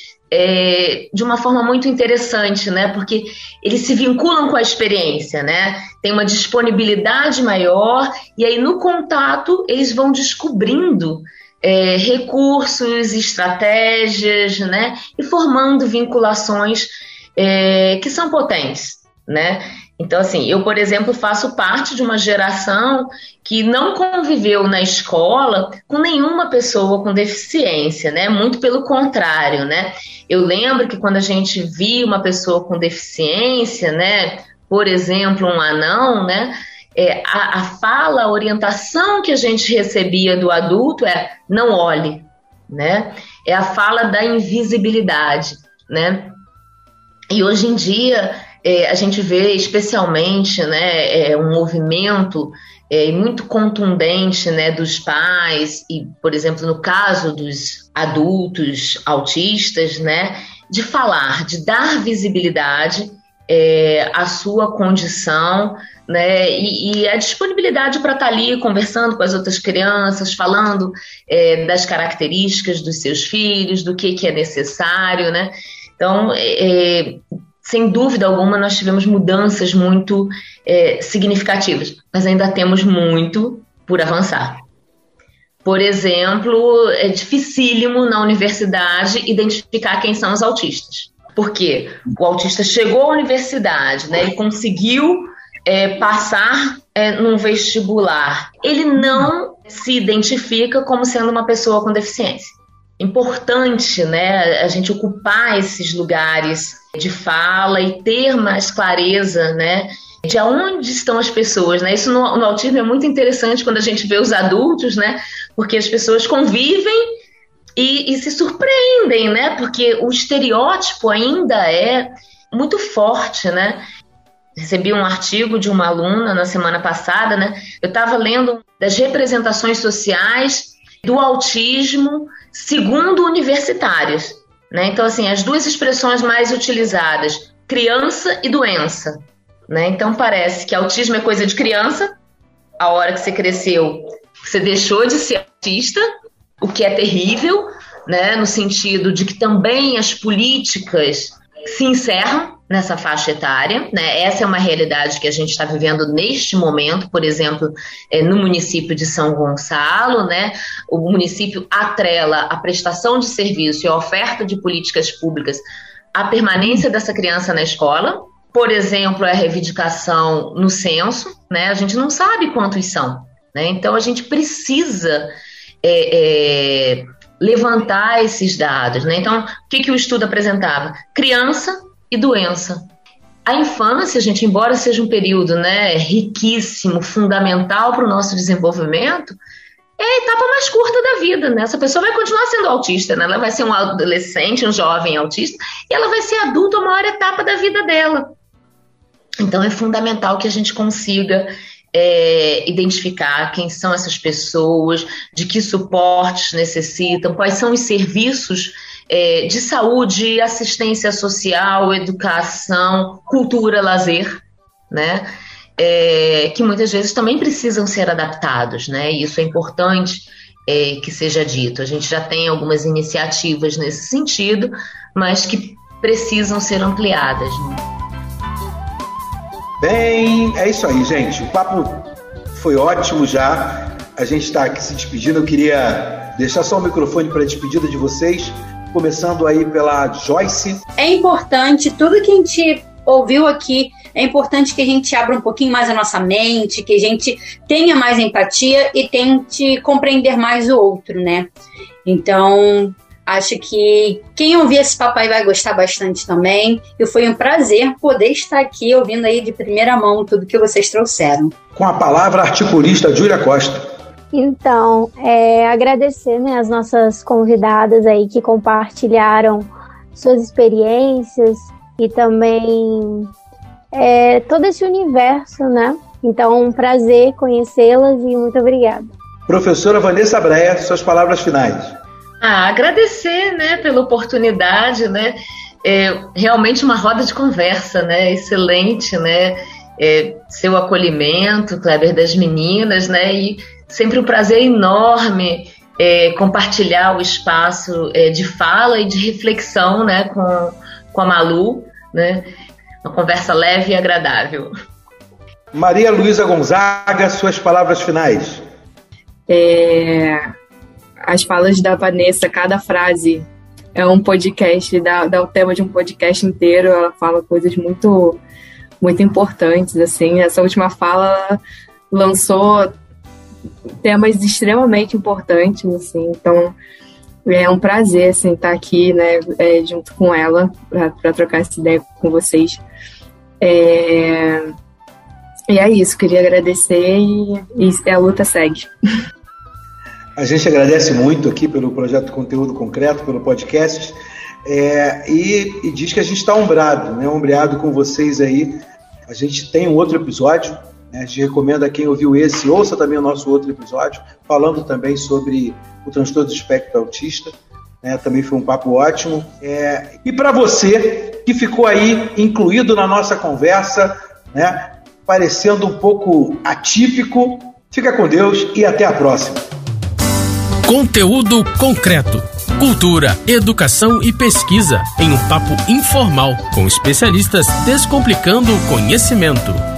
É, de uma forma muito interessante, né? Porque eles se vinculam com a experiência, né? Tem uma disponibilidade maior e aí no contato eles vão descobrindo é, recursos, estratégias, né? E formando vinculações É, que são potentes, né? Então, assim, eu, por exemplo, faço parte de uma geração que não conviveu na escola com nenhuma pessoa com deficiência, né? Muito pelo contrário, né? Eu lembro que quando a gente via uma pessoa com deficiência, né? Por exemplo, um anão, né? É, a, a fala, a orientação que a gente recebia do adulto é não olhe, né? É a fala da invisibilidade, né? E hoje em dia é, a gente vê especialmente, né, é, um movimento é, muito contundente, né, dos pais e, por exemplo, no caso dos adultos autistas, né, de falar, de dar visibilidade é, à sua condição, né, e, e a disponibilidade para estar ali conversando com as outras crianças, falando é, das características dos seus filhos, do que, que é necessário, né? Então, é, sem dúvida alguma, nós tivemos mudanças muito é, significativas, mas ainda temos muito por avançar. Por exemplo, é dificílimo na universidade identificar quem são os autistas. Porque o autista chegou à universidade, né, ele conseguiu é, passar é, num vestibular. Ele não se identifica como sendo uma pessoa com deficiência. Importante, né, a gente ocupar esses lugares de fala e ter mais clareza, né, de onde estão as pessoas, né? Isso no, no autismo é muito interessante quando a gente vê os adultos, né, porque as pessoas convivem e, e se surpreendem, né, porque o estereótipo ainda é muito forte, né? Recebi um artigo de uma aluna na semana passada, né, eu estava lendo das representações sociais do autismo segundo universitários, né? Então, assim, as duas expressões mais utilizadas, criança e doença, né? Então, parece que autismo é coisa de criança, a hora que você cresceu, você deixou de ser autista, o que é terrível, né? No sentido de que também as políticas se encerram nessa faixa etária, né? Essa é uma realidade que a gente está vivendo neste momento, por exemplo, é, no município de São Gonçalo, né? O município atrela a prestação de serviço e a oferta de políticas públicas à permanência dessa criança na escola. Por exemplo, a reivindicação no censo, né? A gente não sabe quantos são, né? Então a gente precisa é, é, levantar esses dados, né? Então, o que, que o estudo apresentava? Criança e doença. A infância, gente, embora seja um período, né, riquíssimo, fundamental para o nosso desenvolvimento, é a etapa mais curta da vida, né? Essa pessoa vai continuar sendo autista, né? Ela vai ser um adolescente, um jovem autista, e ela vai ser adulta a maior etapa da vida dela. Então é fundamental que a gente consiga é, identificar quem são essas pessoas, de que suportes necessitam, quais são os serviços É, de saúde, assistência social, educação, cultura, lazer, né? É, que muitas vezes também precisam ser adaptados, né? E isso é importante é, que seja dito. A gente já tem algumas iniciativas nesse sentido, mas que precisam ser ampliadas, né? Bem, é isso aí, gente. O papo foi ótimo já. A gente está aqui se despedindo. Eu queria deixar só o microfone para a despedida de vocês. Começando aí pela Joyce. É importante, tudo que a gente ouviu aqui é importante que a gente abra um pouquinho mais a nossa mente, que a gente tenha mais empatia e tente compreender mais o outro, né? Então, acho que quem ouvir esse papo aí vai gostar bastante também. E foi um prazer poder estar aqui ouvindo aí de primeira mão tudo que vocês trouxeram. Com a palavra, a articulista Júlia Costa. Então, é, agradecer, né, as nossas convidadas aí que compartilharam suas experiências e também é, todo esse universo, né? Então, um prazer conhecê-las e muito obrigada. Professora Vanessa Breia, suas palavras finais. Ah, agradecer, né, pela oportunidade, né? É, realmente uma roda de conversa, né? Excelente, né? É, seu acolhimento, Kleber, das meninas, né? E sempre um prazer enorme é, compartilhar o espaço é, de fala e de reflexão, né, com, com a Malu, né? Uma conversa leve e agradável. Maria Luísa Gonzaga, suas palavras finais. É, as falas da Vanessa, cada frase é um podcast, dá, dá o tema de um podcast inteiro. Ela fala coisas muito, muito importantes, assim. Essa última fala lançou temas extremamente importantes, assim, então é um prazer, assim, estar aqui, né, é, junto com ela para trocar essa ideia com vocês. É, e é isso, queria agradecer e, e a luta segue. A gente agradece muito aqui pelo projeto Conteúdo Concreto, pelo podcast, é, e, e diz que a gente está ombreado, né, ombreado com vocês aí. A gente tem um outro episódio. A gente recomenda a quem ouviu esse, ouça também o nosso outro episódio, falando também sobre o transtorno do espectro autista. Né? Também foi um papo ótimo. É... E para você que ficou aí incluído na nossa conversa, né? Parecendo um pouco atípico, fica com Deus e até a próxima. Conteúdo concreto. Cultura, educação e pesquisa em um papo informal com especialistas descomplicando o conhecimento.